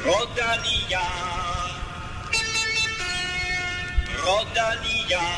Rodalia, Rodalia.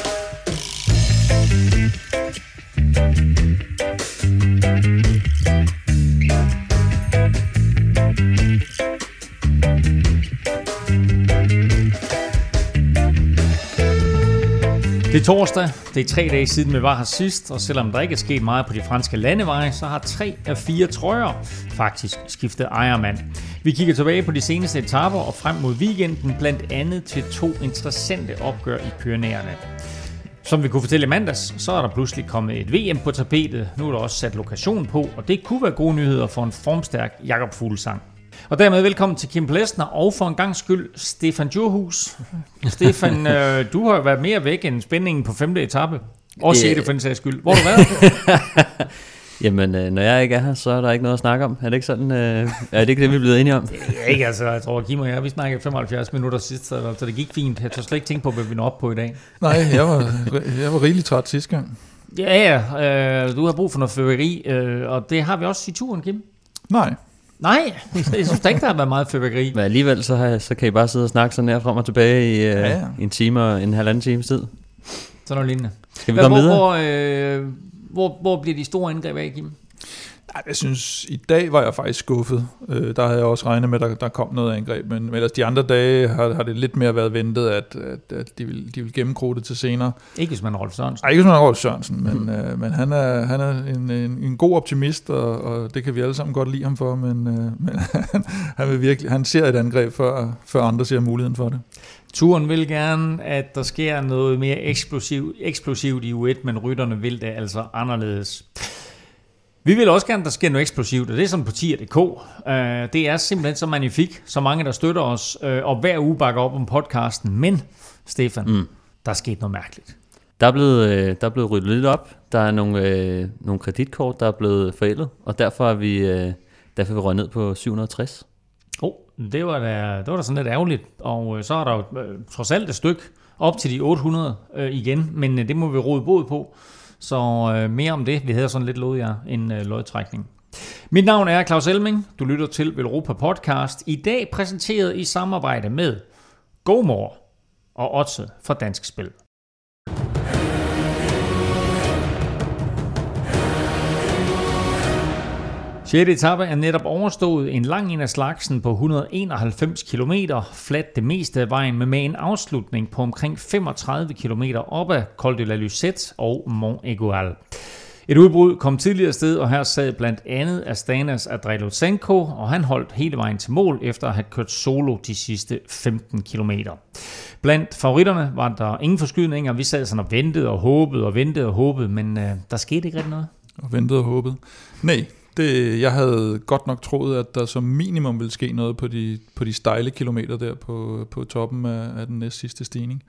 Det er torsdag, det er 3 dage siden vi var her sidst, og selvom der ikke er sket meget på de franske landeveje, så har 3 af 4 trøjer faktisk skiftet ejermand. Vi kigger tilbage på de seneste etaper og frem mod weekenden, blandt andet til 2 interessante opgør i Pyrenæerne. Som vi kunne fortælle i mandags, så er der pludselig kommet et VM på tapetet, nu er der også sat lokation på, og det kunne være gode nyheder for en formstærk Jakob Fuglsang. Og dermed velkommen til Kim Plesner og for en gang skyld Stefan Djurhus. Stefan, du har været mere væk end spændingen på 5. etape. Og 6. for en sags skyld. Hvor har du været? Jamen, når jeg ikke er her, så er der ikke noget at snakke om. Er det ikke sådan? Er det ikke det, vi er blevet enige om? Det er ikke, altså. Jeg tror, Kim og jeg, vi snakkede 75 minutter sidst, så det gik fint. Jeg tør slet ikke tænke på, hvad vi når op på i dag. Nej, jeg var rigeligt træt sidste gang. Ja, du har brug for noget fyrværkeri, og det har vi også i turen, Kim. Nej, jeg synes ikke, der har været meget fyrværkeri. Men alligevel, så kan I bare sidde og snakke sådan her frem og tilbage i en time og en halvanden times tid. Sådan noget lignende. Skal vi komme videre? Hvor bliver de store indgreb af, Kim? Jeg synes, i dag var jeg faktisk skuffet. Der havde jeg også regnet med, at der kom noget angreb. Men ellers de andre dage har det lidt mere været ventet, at de vil gennemkroge det til senere. Ikke hvis man er Rolf Sørensen. Nej, ikke hvis man er Rolf Sørensen, men han er en god optimist, og det kan vi alle sammen godt lide ham for. Men han ser et angreb, før andre ser muligheden for det. Turen vil gerne, at der sker noget mere eksplosivt i U1, men rytterne vil det altså anderledes. Vi vil også gerne, at der sker noget eksplosivt, og det er sådan på tier.dk. Det er simpelthen så magnifik, så mange der støtter os, og hver uge bakker op om podcasten. Men, Stefan, der er sket noget mærkeligt. Der er blevet ryddet lidt op. Der er nogle kreditkort, der er blevet forældet, og derfor er vi røget ned på 760. Det var da sådan lidt ærgerligt, og så er der jo trods alt et stykke op til de 800 igen, men det må vi rode bod på. Så mere om det. Vi havde sådan lidt lod en lodtrækning. Mit navn er Claus Elming. Du lytter til Velropa Podcast. I dag præsenteret i samarbejde med GoMore og Odset for Dansk Spil. Sjette etape er netop overstået, en lang en af slagsen på 191 km, fladt det meste af vejen, med en afslutning på omkring 35 km op ad Col de la Lucette og Mont Egual. Et udbrud kom tidligere sted, og her sad blandt andet Astanas Andrei Lutsenko, og han holdt hele vejen til mål efter at have kørt solo de sidste 15 km. Blandt favoritterne var der ingen forskydninger. Vi sad sådan og ventede og håbede, men der skete ikke rigtig noget. Og ventede og håbede. Nej. Jeg havde godt nok troet, at der som minimum ville ske noget på de stejle kilometer der på toppen af den næst sidste stigning.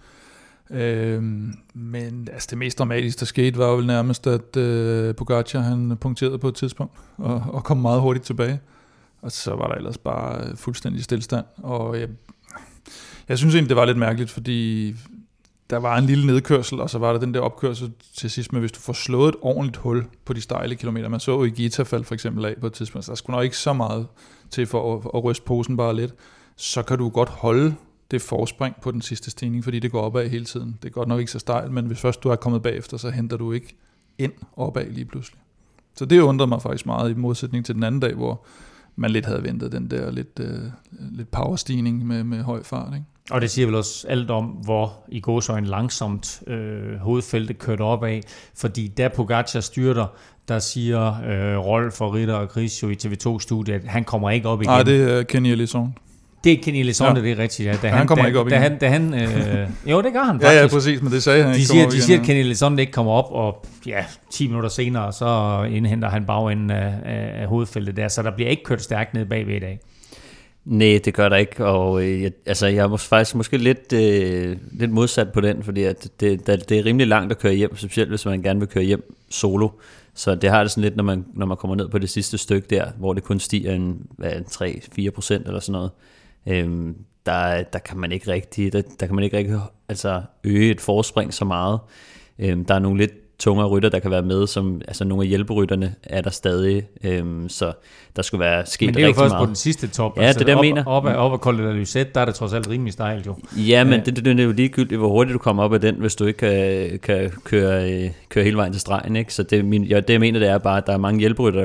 Men altså det mest dramatiske, der skete, var vel nærmest, at Pogačar han punkterede på et tidspunkt og kom meget hurtigt tilbage. Og så var der ellers bare fuldstændig stillestand. Og jeg synes egentlig, det var lidt mærkeligt, fordi der var en lille nedkørsel, og så var der den der opkørsel til sidst med, hvis du får slået et ordentligt hul på de stejle kilometer. Man så jo i Gita faldt for eksempel af på et tidspunkt, så der skulle nok ikke så meget til for at ryste posen bare lidt. Så kan du godt holde det forspring på den sidste stigning, fordi det går opad hele tiden. Det er godt nok ikke så stejlt, men hvis først du er kommet bagefter, så henter du ikke ind opad lige pludselig. Så det undrede mig faktisk meget i modsætning til den anden dag, hvor man lidt havde ventet den der lidt powerstigning med høj fart, ikke? Og det siger vel også alt om, hvor i gåseøjne langsomt hovedfeltet kørte opad. Fordi da Pogačar styrter, der siger Rolf og Ritter og Chris jo i TV2-studiet, at han kommer ikke op igen. Nej, det er Kenny Elissonde. Det er Kenny Elissonde, det er rigtigt. Ja. Han kommer ikke op igen. Jo, det gør han faktisk. Ja, præcis, men det sagde han ikke. De siger, at Kenny Elissonde ikke kommer op, og 10 minutter senere, så indhenter han bagenden af hovedfeltet der. Så der bliver ikke kørt stærkt ned bagved i dag. Nej, det gør der ikke, og jeg er faktisk måske lidt modsat på den, fordi at det er rimelig langt at køre hjem, specielt hvis man gerne vil køre hjem solo. Så det har det sådan lidt, når man kommer ned på det sidste stykke der, hvor det kun stiger 3-4% eller sådan noget. Der kan man ikke rigtig altså øge et forspring så meget. Der er nogle lidt tungere rytter, der kan være med, som altså nogle af hjælperytterne er der stadig, så der skulle være sket rigtig meget. Men det er jo først på den sidste top. Ja, altså, det der mener. Op ad Col de la Lucette, der er det trods alt rimelig stejlt jo. Ja, men det er jo ligegyldigt, hvor hurtigt du kommer op af den, hvis du ikke kan køre hele vejen til stregen, ikke? Så det jeg mener, det er bare, at der er mange hjælperytter,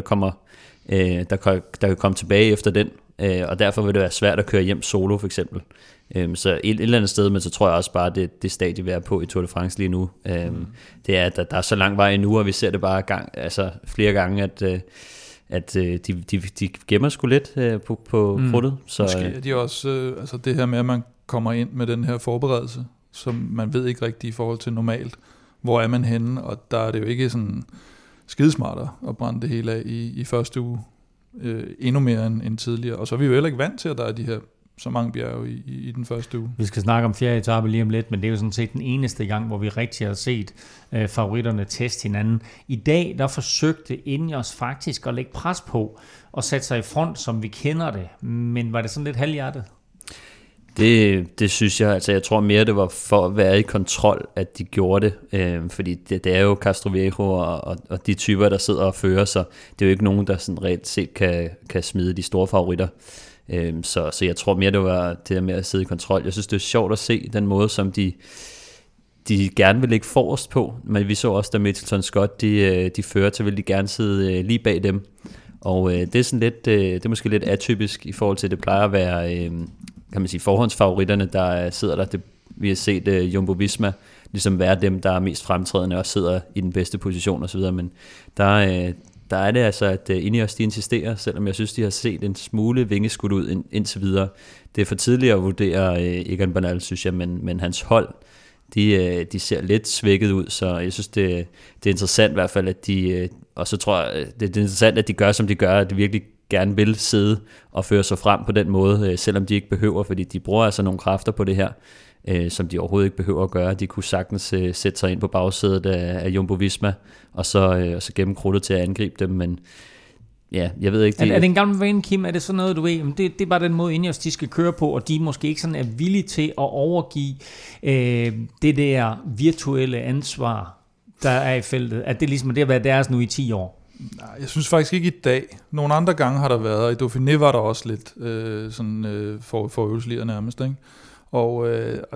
der kan komme tilbage efter den, og derfor vil det være svært at køre hjem solo for eksempel. Så et eller andet sted, men så tror jeg også bare, det stadie, vi er på i Tour de France lige nu, det er, at der er så lang vej endnu, og vi ser det bare flere gange, at de gemmer sgu lidt på krudtet. Så, måske er de også, altså det her med, at man kommer ind med den her forberedelse, som man ved ikke rigtigt i forhold til normalt. Hvor er man henne, og der er det jo ikke sådan skidesmartere at brænde det hele af i første uge, endnu mere end tidligere. Og så er vi jo heller ikke vant til, at der er de her så mange bjerge i den første uge. Vi skal snakke om fjerde etape lige om lidt, men det er jo sådan set den eneste gang, hvor vi rigtig har set favoritterne teste hinanden. I dag, der forsøgte Ineos faktisk at lægge pres på og sætte sig i front, som vi kender det. Men var det sådan lidt halvhjertet? Det synes jeg, altså jeg tror mere, det var for at være i kontrol, at de gjorde det, fordi det er jo Castroviejo og de typer, der sidder og fører, så det er jo ikke nogen, der sådan reelt set kan smide de store favoritter. Så jeg tror mere, det var det der med at sidde i kontrol. Jeg synes, det er sjovt at se den måde, som de gerne vil ligge forrest på, men vi så også, da Mitchelton Scott, de fører, så vil de gerne sidde lige bag dem, og det er sådan lidt, det er måske lidt atypisk i forhold til, det plejer at være, kan man sige, forhåndsfavoritterne, der sidder der. Vi har set Jumbo Visma ligesom være dem, der er mest fremtrædende og sidder i den bedste position osv., men der er det altså, at Ineos de insisterer, selvom jeg synes, de har set en smule vingeskud ud indtil videre. Det er for tidligt at vurdere Egan Bernal, synes jeg, men hans hold, de ser lidt svækket ud, så jeg synes, det er interessant i hvert fald, at de, og så tror jeg, det er interessant, at de gør, som de gør, at de virkelig gerne vil sidde og føre sig frem på den måde, selvom de ikke behøver, fordi de bruger altså nogle kræfter på det her, som de overhovedet ikke behøver at gøre. De kunne sagtens sætte sig ind på bagsædet af Jumbo Visma, og så gemme krudtet til at angribe dem, men ja, jeg ved ikke. Er det en gammel vane, Kim? Er det sådan noget, du ved? Det er bare den måde, Ineos de skal køre på, og de måske ikke sådan er villige til at overgive det der virtuelle ansvar, der er i feltet. At det ligesom det har været deres nu i 10 år. Nej, jeg synes faktisk ikke i dag. Nogle andre gange har der været, og i Dauphiné var der også lidt for øvelselier nærmest, ikke? Og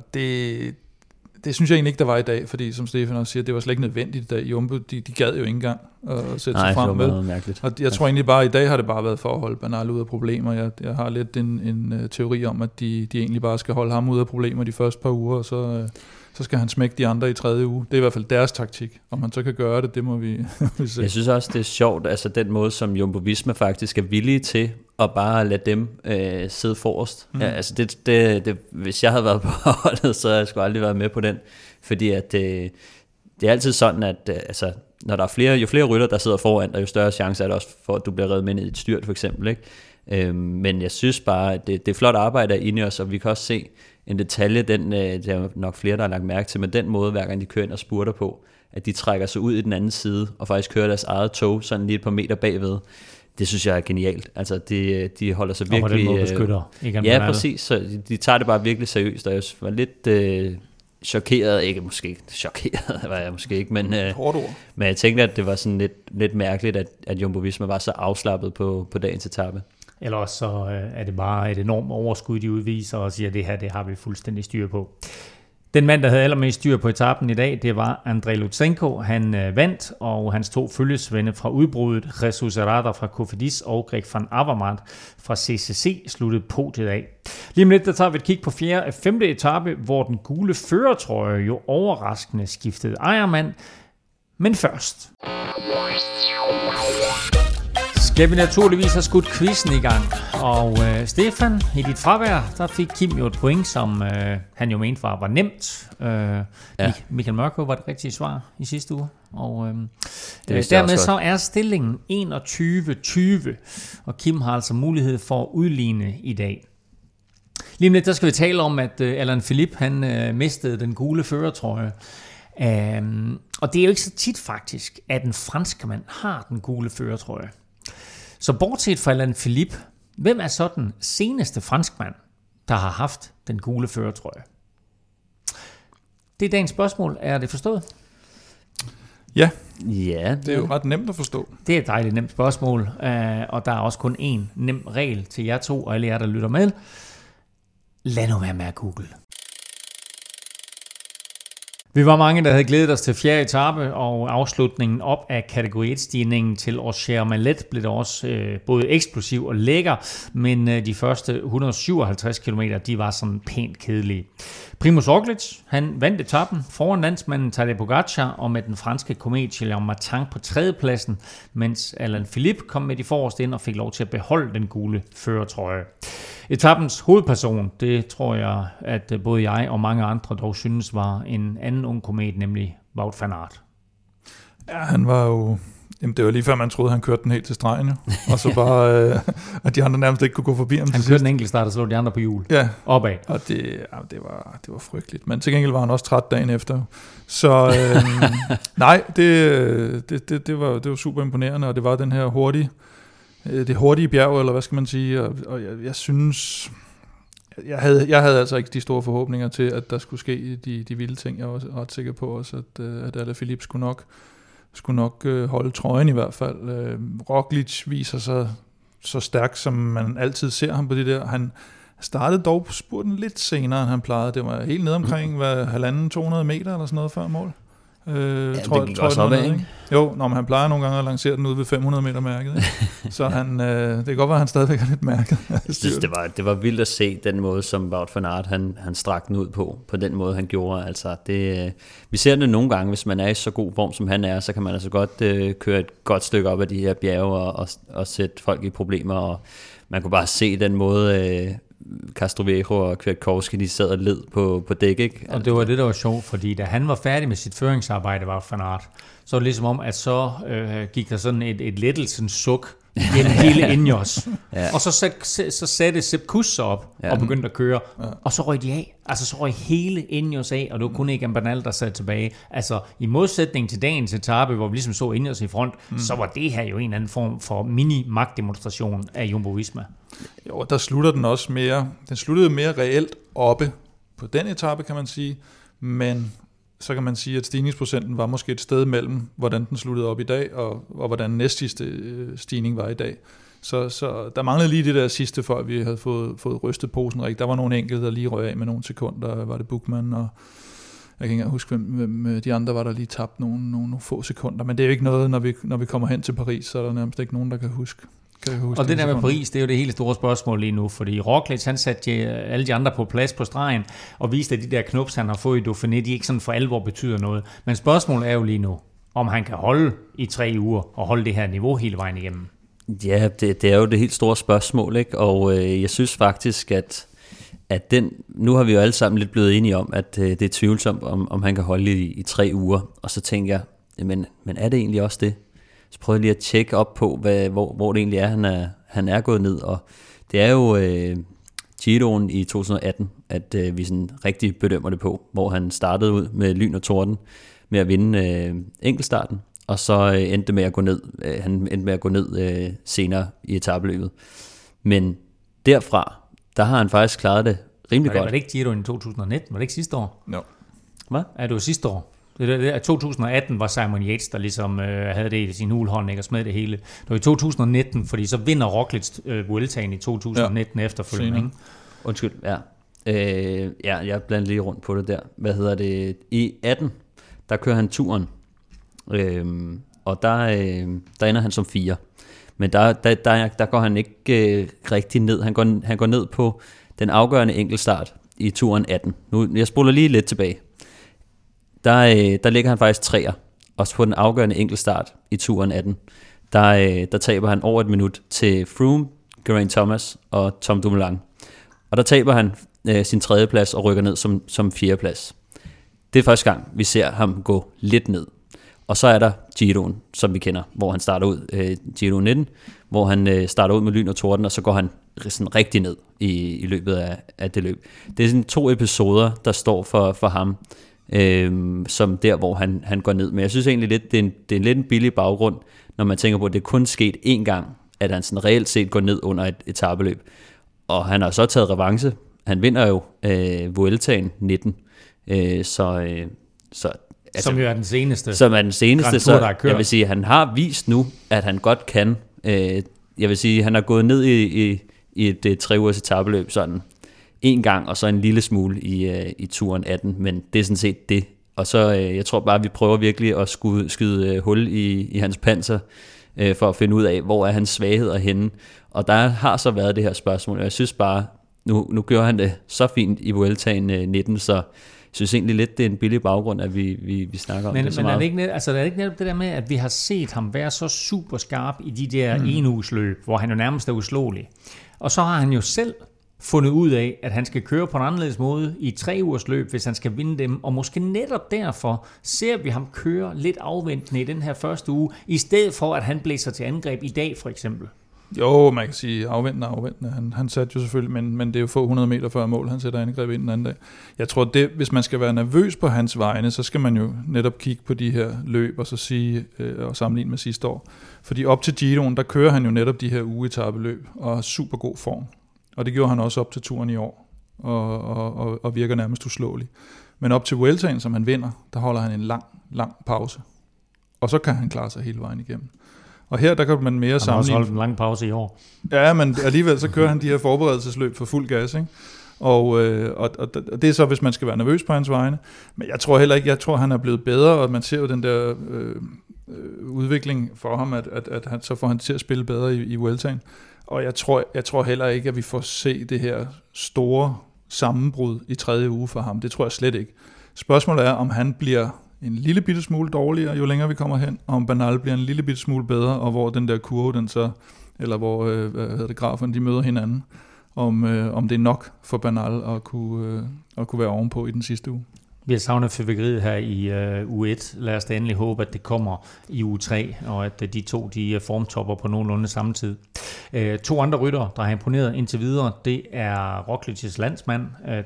det synes jeg egentlig ikke, der var i dag, fordi som Stefan også siger, det var slet ikke nødvendigt i dag. Jumbo, de gad jo ikke engang at sætte sig frem med. Mærkeligt. Og jeg tror egentlig bare, i dag har det bare været for at holde Bernal ud af problemer. Jeg har lidt en teori om, at de egentlig bare skal holde ham ud af problemer de første par uger, og så skal han smække de andre i tredje uge. Det er i hvert fald deres taktik. Om han så kan gøre det må vi se. Jeg synes også, det er sjovt, altså den måde, som Jumbo Visma faktisk er villige til at bare lade dem sidde forrest. Ja, altså det, hvis jeg havde været på holdet, så havde jeg sgu aldrig været med på den. Fordi at det er altid sådan, at altså, når der er jo flere rytter, der sidder foran, og jo større chance er der også for, at du bliver reddet med i et styrt, for eksempel. Ikke? Men jeg synes bare, at det er flot arbejde af Ineos, og vi kan også se en detalje, der er nok flere, der har lagt mærke til, men den måde, hver gang de kører ind og spurter på, at de trækker sig ud i den anden side, og faktisk kører deres eget tog, sådan lige et par meter bagved. Det synes jeg er genialt. Altså, de holder sig virkelig... Og på den måde beskytter. Ja, præcis. Så de tager det bare virkelig seriøst, og jeg var lidt chokeret. Ikke måske chokeret, var jeg måske ikke, men jeg tænkte, at det var sådan lidt mærkeligt, at Jumbo Visma var så afslappet på dagens etape. Eller også så er det bare et enormt overskud, de udviser og siger, at det her, det har vi fuldstændig styr på. Den mand, der havde allermest styr på etappen i dag, det var Andrei Lutsenko. Han vandt, og hans 2 følgesvende fra udbruddet, Jesus Herrada fra Cofidis og Greg van Avermaet fra CCC, sluttede podiet af. Lige om lidt, der tager vi et kig på 5. etape, hvor den gule førertrøje jo overraskende skiftede ejermand. Men først skal vi naturligvis have skudt quizzen i gang. Og Stefan, i dit fravær, der fik Kim jo et point, som han jo mente var nemt. Ja. Michael Mørkøv var det rigtige svar i sidste uge. Og dermed så er stillingen 21-20, og Kim har altså mulighed for at udligne i dag. Lige om lidt, der skal vi tale om, at Alain Philippe, han mistede den gule førertrøje. Og det er jo ikke så tit faktisk, at en franskmand har den gule førertrøje. Så bortset fra Alain Philippe, hvem er så den seneste franskmand, der har haft den gule førertrøje? Det er dagens spørgsmål. Er det forstået? Ja, Ja, det er jo ret nemt at forstå. Det er et dejligt nemt spørgsmål, og der er også kun én nem regel til jer to og alle jer, der lytter med. Lad nu være med at google. Vi var mange, der havde glædet os til fjerde etape, og afslutningen op af kategori 1-stigningen til Rocher Mallet blev der også både eksplosiv og lækker, men de første 157 km, de var sådan pænt kedelige. Primož Roglič, han vandt etappen foran landsmanden Tadej Pogačar og med den franske komet Gilles Martin på tredjepladsen, mens Alain Philippe kom med de forreste ind og fik lov til at beholde den gule førertrøje. Etappens hovedperson, det tror jeg, at både jeg og mange andre dog synes var en anden ung komet, nemlig Wout van Aert. Ja, han var jo... Jamen, det var lige før, man troede, han kørte den helt til stregen, jo. Og så bare, at de andre nærmest ikke kunne gå forbi ham. Han kørte den enkelt start og slog de andre på hjul. Ja. Opad. Og det var frygteligt. Men til gengæld var han også træt dagen efter. Så nej, det var super imponerende, og det var den her det hurtige bjerg, eller hvad skal man sige. Og jeg synes... Jeg havde altså ikke de store forhåbninger til, at der skulle ske de vilde ting. Jeg var også ret sikker på også, at Alain Philippe skulle nok holde trøjen i hvert fald. Roglič viser sig så stærk, som man altid ser ham på det der. Han startede dog spurten lidt senere, end han plejede. Det var helt ned omkring 150-200 meter eller sådan noget før mål. Det gik også opad, ikke? Jo, når han plejer nogle gange at lancere den ude ved 500 meter mærket. Ikke? Så det kan godt være, at han stadigvæk er lidt mærket. Jeg synes, det var vildt at se den måde, som Wout van Aert han strak den ud på den måde, han gjorde. Altså, vi ser det nogle gange, hvis man er i så god form, som han er, så kan man altså godt køre et godt stykke op af de her bjerge og sætte folk i problemer. Og man kunne bare se den måde... Castroviejo og Kwiatkowski, de sad og led på dæk, ikke? Og det var det, der var sjovt, fordi da han var færdig med sit føringsarbejde, var Van Aert, så var det ligesom om, at så gik der sådan et lettelsens suk gennem hele Ineos. Ja. Og så satte Sepp Kuss sig op og begyndte at køre, og så røg de af. Altså så røg hele Ineos af, og det var kun Egan Bernal, der sad tilbage. Altså i modsætning til dagens etape, hvor vi ligesom så Ineos i front, så var det her jo en anden form for mini-magtdemonstration af Jumbo-Visma. Jo, der slutter den også mere. Den sluttede mere reelt oppe på den etape, kan man sige. Men så kan man sige, at stigningsprocenten var måske et sted mellem, hvordan den sluttede op i dag, og hvordan næstsidste stigning var i dag. Så der manglede lige det der sidste, før vi havde fået rystet posen rigtigt. Der var nogle enkelte, der lige røg af med nogle sekunder. Var det Buchmann, og jeg kan ikke engang huske, hvem de andre var, der lige tabt nogle få sekunder. Men det er jo ikke noget, når vi kommer hen til Paris, så er der nærmest ikke nogen, der kan huske. Og det der med Paris, det er jo det helt store spørgsmål lige nu, fordi Roglič, han satte alle de andre på plads på stregen, og viste, at de der knups, han har fået i Dauphiné, de ikke sådan for alvor betyder noget. Men spørgsmålet er jo lige nu, om han kan holde i 3 uger, og holde det her niveau hele vejen igennem. Ja, det er jo det helt store spørgsmål, ikke? Og jeg synes faktisk, at nu har vi jo alle sammen lidt blevet enige om, at det er tvivlsomt, om han kan holde i 3 uger, og så tænker jeg, men er det egentlig også det? Så prøver jeg lige at tjekke op på, hvor det egentlig er, han er gået ned. Og det er jo Giroen i 2018, at vi sådan rigtig bedømmer det på, hvor han startede ud med lyn og torden med at vinde enkeltstarten, og så endte med at gå ned. Han endte med at gå ned senere i etapeløbet. Men derfra, der har han faktisk klaret det rimelig godt. Var det ikke Giroen i 2019? Var det ikke sidste år? No. Hvad? Ja, det var sidste år. I 2018 var Simon Yates, der ligesom havde det i sin hulhånd, ikke, og smed det hele. Det var i 2019, fordi så vinder Roglič Vueltaen i 2019 efterfølgende. Ikke? Undskyld, ja. Jeg blandt lige rundt på det der. Hvad hedder det? I 18, der kører han turen, og der ender han som 4. Men der går han ikke rigtig ned. Han går ned på den afgørende enkeltstart i turen 18. Nu, jeg spoler lige lidt tilbage. Der ligger han faktisk 3'er, også på den afgørende enkeltstart i turen 18. Der taber han over 1 minut til Froome, Geraint Thomas og Tom Dumoulin. Og der taber han sin 3. plads og rykker ned som 4. plads. Det er første gang, vi ser ham gå lidt ned. Og så er der Giroen, som vi kender, hvor han starter ud, Giro 19, hvor han starter ud med lyn og torden, og så går han sådan rigtig ned i løbet af det løb. Det er sådan 2 episoder, der står for ham, som der, hvor han går ned. Men jeg synes egentlig lidt, det er lidt en billig baggrund, når man tænker på, at det kun sket 1 gang, at han sådan reelt set går ned under et etapeløb. Og han har så taget revanche. Han vinder jo Vueltaen 19. Så Altså, som jo er den seneste. Som er den seneste, så jeg vil sige, at han har vist nu, at han godt kan. Jeg vil sige, at han har gået ned i et 3 ugers etapeløb sådan en gang, og så en lille smule i turen 18, men det er sådan set det. Og så, jeg tror bare, at vi prøver virkelig at skyde hul i hans panser, for at finde ud af, hvor er hans svagheder henne. Og der har så været det her spørgsmål, og jeg synes bare, nu gør han det så fint i Vueltaen 19, så jeg synes egentlig lidt, det er en billig baggrund, at vi snakker om det så meget. Men er det ikke netop det der med, at vi har set ham være så super skarp i de der enugesløb, hvor han jo nærmest er uslåelig. Og så har han jo selv fundet ud af, at han skal køre på en anderledes måde i 3 ugers løb, hvis han skal vinde dem. Og måske netop derfor ser vi ham køre lidt afventende i den her første uge, i stedet for, at han blæser til angreb i dag, for eksempel. Jo, man kan sige afventende. Han satte jo selvfølgelig, men det er jo få 100 meter før mål, han sætter angreb ind den anden dag. Jeg tror, hvis man skal være nervøs på hans vegne, så skal man jo netop kigge på de her løb, og så sige, og sammenligne med sidste år. Fordi op til Giroen, der kører han jo netop de her ugeetapeløb, og har super god form. Og det gjorde han også op til turen i år, og virker nærmest uslåelig. Men op til Vueltaen, som han vinder, der holder han en lang pause. Og så kan han klare sig hele vejen igennem. Og her, der kan man mere sammenligne. Han har også holdt en lang pause i år. Ja, men alligevel så kører han de her forberedelsesløb for fuld gas, ikke? Og det er så, hvis man skal være nervøs på hans vegne. Men jeg tror heller ikke, han er blevet bedre, og man ser jo den der udvikling for ham, at han, så får han til at spille bedre i Vueltaen. Og jeg tror heller ikke, at vi får se det her store sammenbrud i 3. uge for ham. Det tror jeg slet ikke. Spørgsmålet er, om han bliver en lille bitte smule dårligere, jo længere vi kommer hen, og om Bernal bliver en lille bitte smule bedre, og hvor den der kurve, den så, eller hvor graferne, de møder hinanden, om det er nok for Bernal at kunne være ovenpå i den sidste uge. Vi har savnet fyrværkeriet her i uge 1. Lad os da endelig håbe, at det kommer i uge 3, og at de to de formtopper på nogenlunde samme tid. 2 andre ryttere, der har imponeret indtil videre, det er Roglic's landsmand,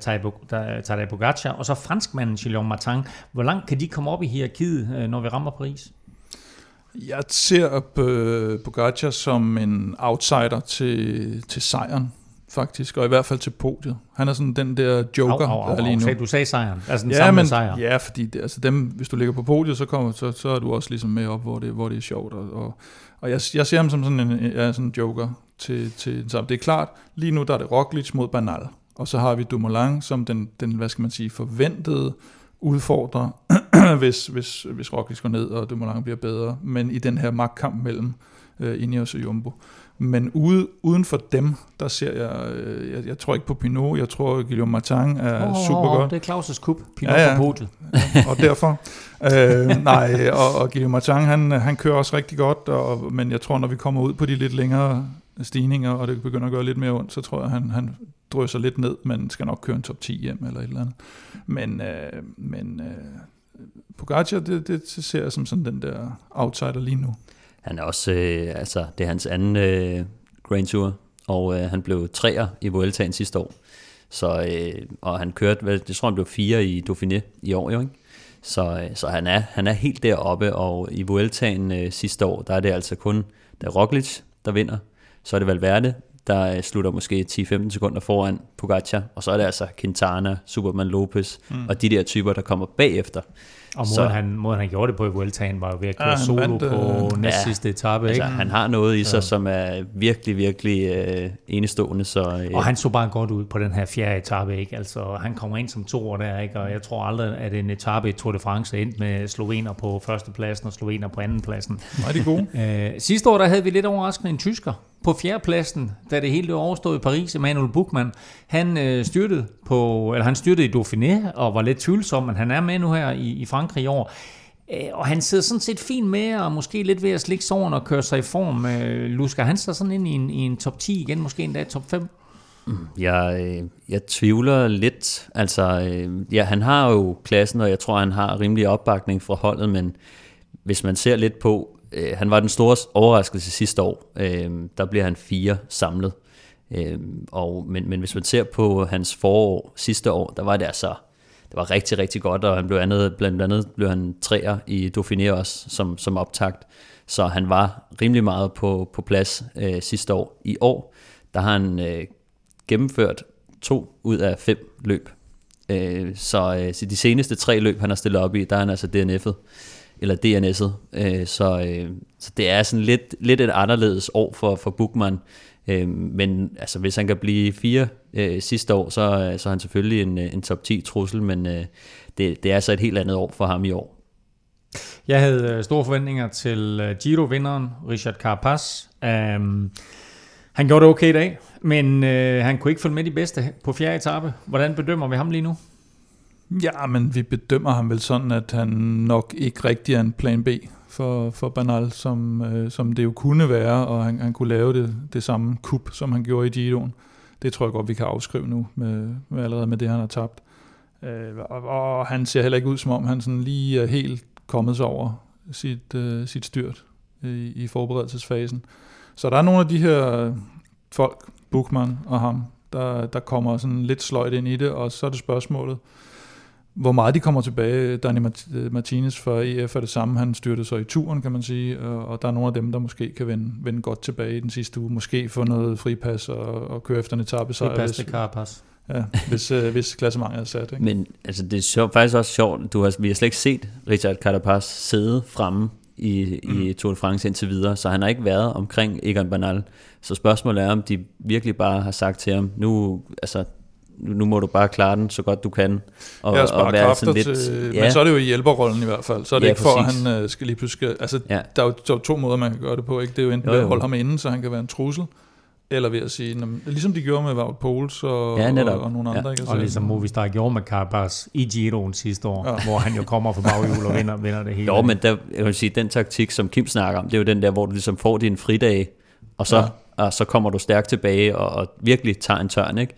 Tadej Pogačar, og så franskmanden Guillaume Martin. Hvor langt kan de komme op i hierarkiet, når vi rammer Paris? Jeg ser Pogačar som en outsider til sejren, faktisk, og i hvert fald til podiet. Han er sådan den der joker, der er lige nu. Du sagde sejren, altså den samlede sejr. Ja, fordi dem, hvis du ligger på podiet, så er du også ligesom med op, hvor det er sjovt. Og jeg ser ham som sådan en joker til så det er klart, lige nu der er det Roglic mod Bernal, og så har vi Dumoulin som den hvad skal man sige, forventede udfordrer, hvis Roglic går ned, og Dumoulin bliver bedre, men i den her magtkamp mellem Ineos og Jumbo. Men uden for dem, der ser jeg tror ikke på Pinot, jeg tror Guillaume Martin er super godt. Det er Claus' kup, Pinot på podiet. Og derfor, og Guillaume Martin, han kører også rigtig godt, men jeg tror, når vi kommer ud på de lidt længere stigninger, og det begynder at gøre lidt mere ondt, så tror jeg, han drøser lidt ned, men skal nok køre en top 10 hjem, eller et eller andet. Men Pogačar, det ser jeg som sådan den der outsider lige nu. Han er også, det er hans anden Grand Tour, og han blev 3'er i Vueltaen sidste år. Så, og han kørte, jeg tror han blev 4 i Dauphiné i år, jo, ikke? Så han er helt deroppe, og i Vueltaen sidste år, der er det altså kun, der er Roglic, der vinder. Så er det Valverde, der slutter måske 10-15 sekunder foran Pogačar, og så er det altså Quintana, Superman Lopez, og de der typer, der kommer bagefter. Og måden han gjorde det på i Vueltaen, var jo ved at køre solo på næst sidste etape. Altså, ikke? Han har noget i sig, som er virkelig, virkelig enestående. Så, og han så bare godt ud på den her 4. etape, ikke? Altså, han kommer ind som 2'er der, ikke? Og jeg tror aldrig, at en etape i Tour de France er endt med slovener på førstepladsen og slovener på andenpladsen. Nej, de er gode. Sidste år, der havde vi lidt overraskende en tysker på 4. pladsen, da det hele overstod i Paris. Emanuel Buchmann, han styrtede i Dauphiné og var lidt tvivlsom, men han er med nu her i Frankrig i år. Og han sidder sådan set fint med, og måske lidt ved at slikke såren og køre sig i form. Lusker han så sådan ind i en top 10 igen, måske endda top 5? Jeg tvivler lidt. Altså, han har jo klassen, og jeg tror, han har rimelig opbakning fra holdet, men hvis man ser lidt på, han var den store overraskelse sidste år. Der bliver han 4 samlet. Men hvis man ser på hans forår sidste år, der var det altså, det var rigtig, rigtig godt, og han blev blandt andet blev han 3'er i Dauphiné også, som optakt. Så han var rimelig meget på plads sidste år. I år, der har han gennemført 2 ud af 5 løb. Så de seneste 3 løb, han har stillet op i, der er han altså DNS'et. Så det er sådan lidt et anderledes år for Buchmann. Men altså, hvis han kan blive 4 sidste år, så er han selvfølgelig en top 10 trussel, men det er så et helt andet år for ham i år. Jeg havde store forventninger til Giro-vinderen, Richard Carapaz. Han gjorde det okay i dag, men han kunne ikke følge med de bedste på 4. etape. Hvordan bedømmer vi ham lige nu? Ja, men vi bedømmer ham vel sådan, at han nok ikke rigtig er en plan B for Bernal, som det jo kunne være, og han kunne lave det samme kup, som han gjorde i Giroen. Det tror jeg godt, vi kan afskrive nu, allerede med det, han har tabt. Og han ser heller ikke ud, som om han sådan lige er helt kommet sig over sit styrt i forberedelsesfasen. Så der er nogle af de her folk, Buchmann og ham, der kommer sådan lidt sløjt ind i det, og så er det spørgsmålet, hvor meget de kommer tilbage. Dani Martinez for EF er det samme, han styrte sig i turen, kan man sige, og der er nogle af dem, der måske kan vende godt tilbage i den sidste uge, måske få noget fripas og køre efter en etappesejr. Fripas til Carapaz. Ja, hvis klassementet er sat. Ikke? Men altså, det er faktisk også sjovt, vi har slet ikke set Richard Carapaz sidde fremme i Tour de France indtil videre, så han har ikke været omkring Egan Bernal. Så spørgsmålet er, om de virkelig bare har sagt til ham, nu må du bare klare den så godt du kan. Og være sådan lidt, men så er det jo i hjælperrollen i hvert fald. Så er det ikke for, at han skal lige pludselig... Altså, der er jo 2 måder, man kan gøre det på. Ikke? Det er jo enten ved at holde ham inde, så han kan være en trussel, eller ved at sige, ligesom de gjorde med Wout Poels og nogle andre. Ikke? Og ligesom Movistar gjorde med Carapaz i Giroen sidste år, hvor han jo kommer fra baghjul og vinder det hele. Jo, men jeg vil sige, den taktik, som Kim snakker om, det er jo den der, hvor du ligesom får din fridag, og så kommer du stærkt tilbage og virkelig tager en tørn, ikke?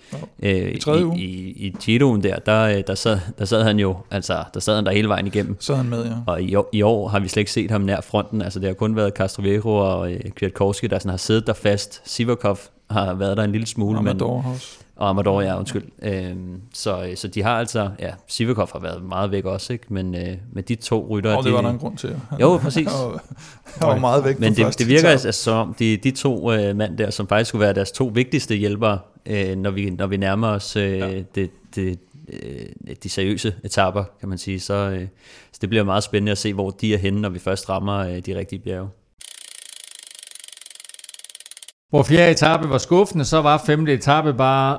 I Giroen der sad han jo, altså der sad han der hele vejen igennem. Så han med, ja. Og i år har vi slet ikke set ham nær fronten, altså det har kun været Castroviejo og Kwiatkowski, der sådan har siddet der fast. Sivakov har været der en lille smule. Og Amador, ja, undskyld. Så de har altså, Sivakov har været meget væk også, ikke? Men med de 2 ryttere... det var der en grund til. Jo, præcis. Han var meget væk. Men det virker altså som om, de 2 mand der, som faktisk skulle være deres 2 vigtigste hjælpere, når vi nærmer os de seriøse etaper, kan man sige. Så det bliver meget spændende at se, hvor de er henne, når vi først rammer de rigtige bjerge. Hvor 4. etape var skuffende, så var 5. etape bare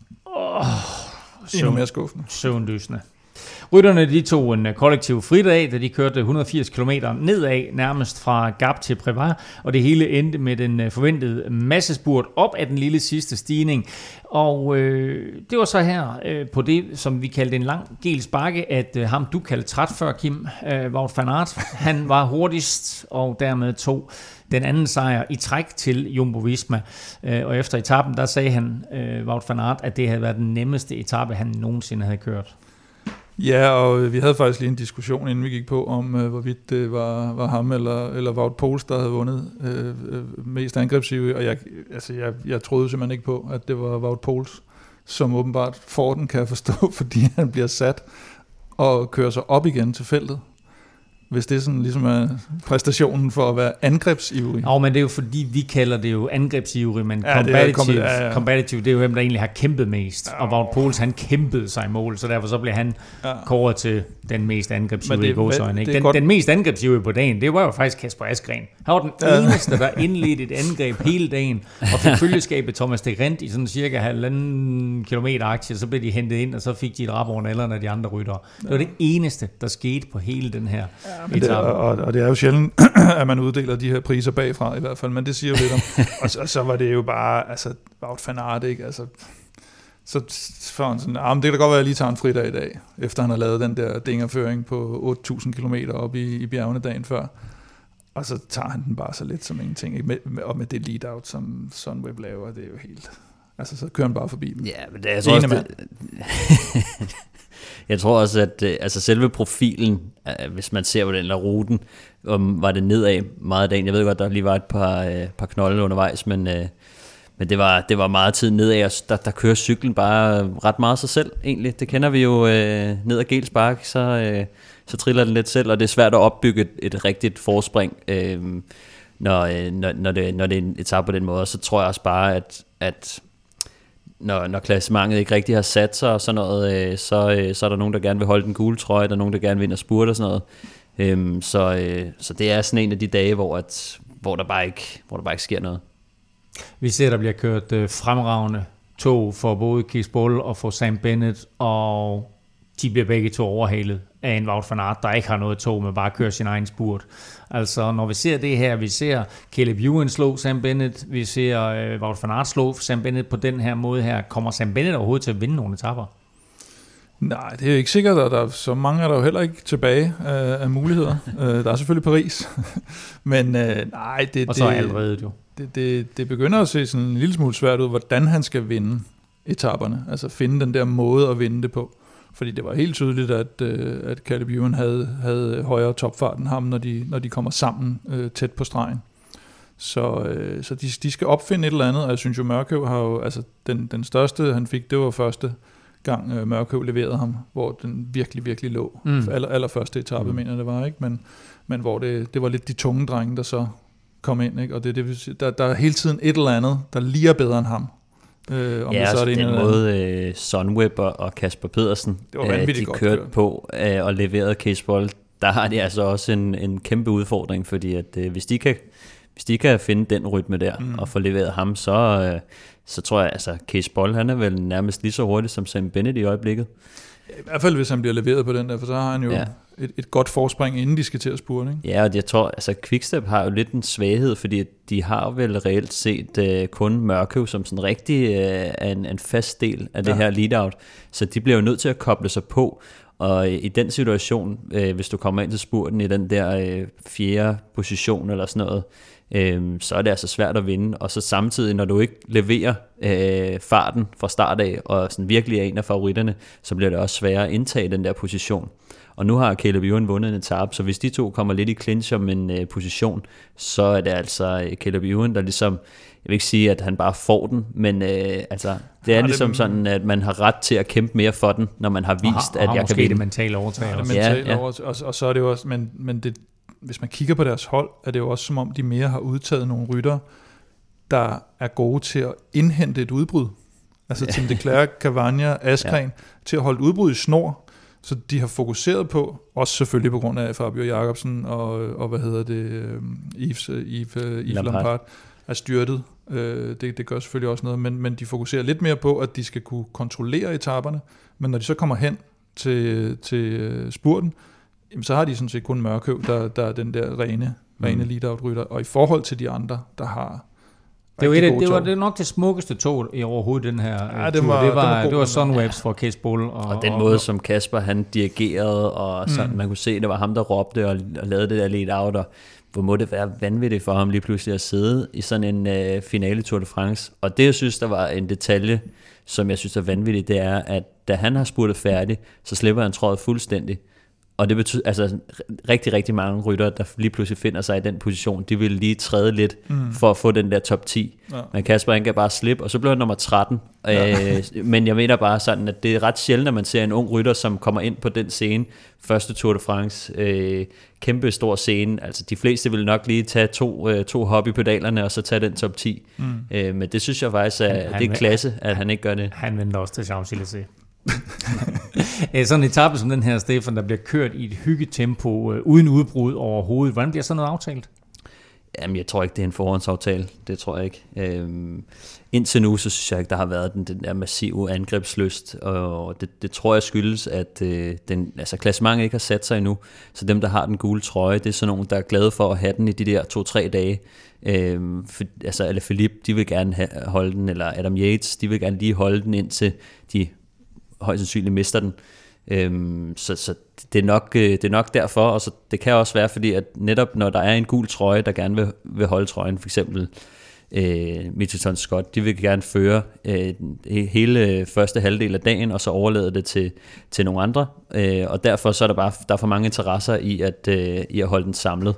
endnu mere skuffende. Søvndysende. Rytterne de tog en kollektiv fridag, da de kørte 180 km nedad, nærmest fra Gap til Prévert, og det hele endte med den forventede massespurt op ad den lille sidste stigning. Og det var så her på det, som vi kaldte en lang gels bakke, at ham du kaldte træt før, Kim, Wout van Aert, han var hurtigst og dermed tog den anden sejr i træk til Jumbo-Visma. Og efter etappen, der sagde han, Wout van Aert, at det havde været den nemmeste etape, han nogensinde havde kørt. Ja, og vi havde faktisk lige en diskussion, inden vi gik på, om hvorvidt det var ham eller Wout Poels, der havde vundet mest angrebsivrig. Og jeg troede simpelthen ikke på, at det var Wout Poels, som åbenbart får den, kan jeg forstå, fordi han bliver sat og kører sig op igen til feltet. Hvis det er sådan ligesom er præstationen for at være angrebsivrig. Ja, men det er jo fordi, vi kalder det jo angrebsivrig, men combative, det er jo hvem, der egentlig har kæmpet mest. Og Wout Poels, han kæmpede sig i mål, så derfor så blev han kåret til den mest angrebsivige i gåsøjne. Den mest angrebsivige på dagen, det var jo faktisk Kasper Asgreen. Han var den eneste, der indledte et angreb hele dagen, og fik følgeskabet Thomas de Gendt i sådan cirka 1,5 kilometer aktie, så blev de hentet ind, og så fik de et rap over nallerne af de andre ryttere. Det var det eneste, der skete på hele den her. Og det er jo sjældent, at man uddeler de her priser bagfra i hvert fald, men det siger jo lidt om. Og så var det jo bare, altså, Wout van Aert, ikke? Altså, så får han sådan, det kan da godt være, at jeg lige tager en fridag i dag, efter han har lavet den der dingerføring på 8.000 kilometer op i bjergene dagen før. Og så tager han den bare så lidt som ingenting, ikke? Og med det lead-out, som Sunweb laver, det er jo helt... Altså, så kører han bare forbi dem. Ja, men det er så også... Jeg tror også, at altså selve profilen, hvis man ser på den der ruten, var det nedad meget af dagen. Jeg ved godt, der lige var et par knolde undervejs, men det var meget tid nedad, og der kører cyklen bare ret meget sig selv egentlig. Det kender vi jo ned ad Gelspark, så triller den lidt selv, og det er svært at opbygge et rigtigt forspring, når det er en etape på den måde. Så tror jeg også bare, at når klassementet ikke rigtig har sat sig og sådan noget, så er der nogen, der gerne vil holde den gule trøje, der er nogen, der gerne vil ind og spurte og sådan noget. Så det er sådan en af de dage, hvor der bare ikke sker noget. Vi ser, der bliver kørt fremragende tog for både Kees Bol og for Sam Bennett, og de bliver begge to overhalet af en Wout van Aert, der ikke har noget tog, men bare kører sin egen spurt. Altså, når vi ser det her, vi ser Caleb Ewan slå Sam Bennett, vi ser Wout van Aert slå Sam Bennett på den her måde her. Kommer Sam Bennett overhovedet til at vinde nogle etaper? Nej, det er jo ikke sikkert, at der så mange er der jo heller ikke tilbage af muligheder. Der er selvfølgelig Paris, men nej, og så er allerede jo. Det begynder at se sådan en lille smule svært ud, hvordan han skal vinde etaperne, altså finde den der måde at vinde det på. Fordi det var helt tydeligt, at Caleb Ewan havde højere topfart end ham, når de kommer sammen tæt på stregen. Så de skal opfinde et eller andet, og jeg synes jo, Mørkøv har jo, altså den største han fik, det var første gang Mørkøv leverede ham, hvor den virkelig, virkelig lå. Allerførste etape, mener jeg det var, ikke? Men hvor det var lidt de tunge drenge, der så kom ind, ikke? Og det vil sige, der er hele tiden et eller andet, der lige er bedre end ham. Så er det den måde Sunweb og Kasper Pedersen de kørte på og leverede Kees Bol, der har de altså også en kæmpe udfordring, fordi at hvis de kan finde den rytme der og få leveret ham, så tror jeg, altså Kees Bol, han er vel nærmest lige så hurtig som Sam Bennett i øjeblikket. I hvert fald hvis han bliver leveret på den der, for så har han jo et godt forspring, inden de skal til at spurte, ikke? Ja, og jeg tror, altså Quickstep har jo lidt en svaghed, fordi de har vel reelt set kun Mørkøv som sådan rigtig en fast del af det her lead-out, så de bliver jo nødt til at koble sig på, og i den situation, hvis du kommer ind til spurten i den der 4. position eller sådan noget, så er det altså svært at vinde, og så samtidig, når du ikke leverer farten fra start af, og sådan virkelig er en af favoritterne, så bliver det også sværere at indtage den der position. Og nu har Caleb Ewan vundet en etape, så hvis de to kommer lidt i clinch om en position, så er det altså Caleb Ewan, der ligesom, jeg vil ikke sige, at han bare får den, men altså, det er ligesom sådan, at man har ret til at kæmpe mere for den, når man har vist, at jeg kan vinde. Det mentale overtag. Og så er det jo også, men det, hvis man kigger på deres hold, er det jo også som om, de mere har udtaget nogle ryttere, der er gode til at indhente et udbrud. Altså Tim de Klerk, Cavagna, Askren, til at holde et udbrud i snor. Så de har fokuseret på, også selvfølgelig på grund af Fabio Jacobsen og hvad hedder det, Yves Lampard er styrtet. Det gør selvfølgelig også noget, men de fokuserer lidt mere på, at de skal kunne kontrollere etaperne. Men når de så kommer hen til spurten, så har de sådan set kun Mørkøv, der er den der rene lead-out-rytter. Og i forhold til de andre, der har det var nok det smukkeste tog i overhovedet den her tur. Det var Sunwebs for Kees Bol. Og den måde, som Kasper han dirigerede, og sådan, man kunne se, det var ham, der råbte og lavede det der lead-out, og hvor må det være vanvittigt for ham lige pludselig at sidde i sådan en finale Tour de France. Og det, jeg synes, der var en detalje, som jeg synes er vanvittigt, det er, at da han har spurtet færdig, så slipper han trådet fuldstændig. Og det betyder, altså rigtig, rigtig mange ryttere, der lige pludselig finder sig i den position, de vil lige træde lidt for at få den der top 10. Ja. Men Kasper, han kan bare slippe, og så blev han nummer 13. Ja. Men jeg mener bare sådan, at det er ret sjældent, at man ser en ung rytter, som kommer ind på den scene, første Tour de France, kæmpe stor scene. Altså de fleste vil nok lige tage to hop i pedalerne, og så tage den top 10. Men det synes jeg faktisk, at det er klasse, at han ikke gør det. Han venter også til Champs-Élysées. Sådan en etape som den her, Stefan, der bliver kørt i et hyggetempo uden udbrud overhovedet. Hvordan bliver sådan noget aftalt? Jamen, jeg tror ikke, det er en forhåndsaftale. Det tror jeg ikke. Indtil nu, så synes jeg ikke, der har været den der massive angrebslyst, og det tror jeg skyldes, at klassementet ikke har sat sig endnu. Så dem, der har den gule trøje, det er sådan nogen, der er glade for at have den i de der 2-3 dage. Alaphilippe, de vil gerne holde den, eller Adam Yates, de vil gerne lige holde den, indtil de højst sandsynligt mister den. Så det er nok derfor, og så det kan også være, fordi at netop når der er en gul trøje, der gerne vil holde trøjen, for eksempel Mitchelton Scott, de vil gerne føre hele første halvdel af dagen, og så overlade det til nogle andre, og derfor så er der er for mange interesser i at holde den samlet,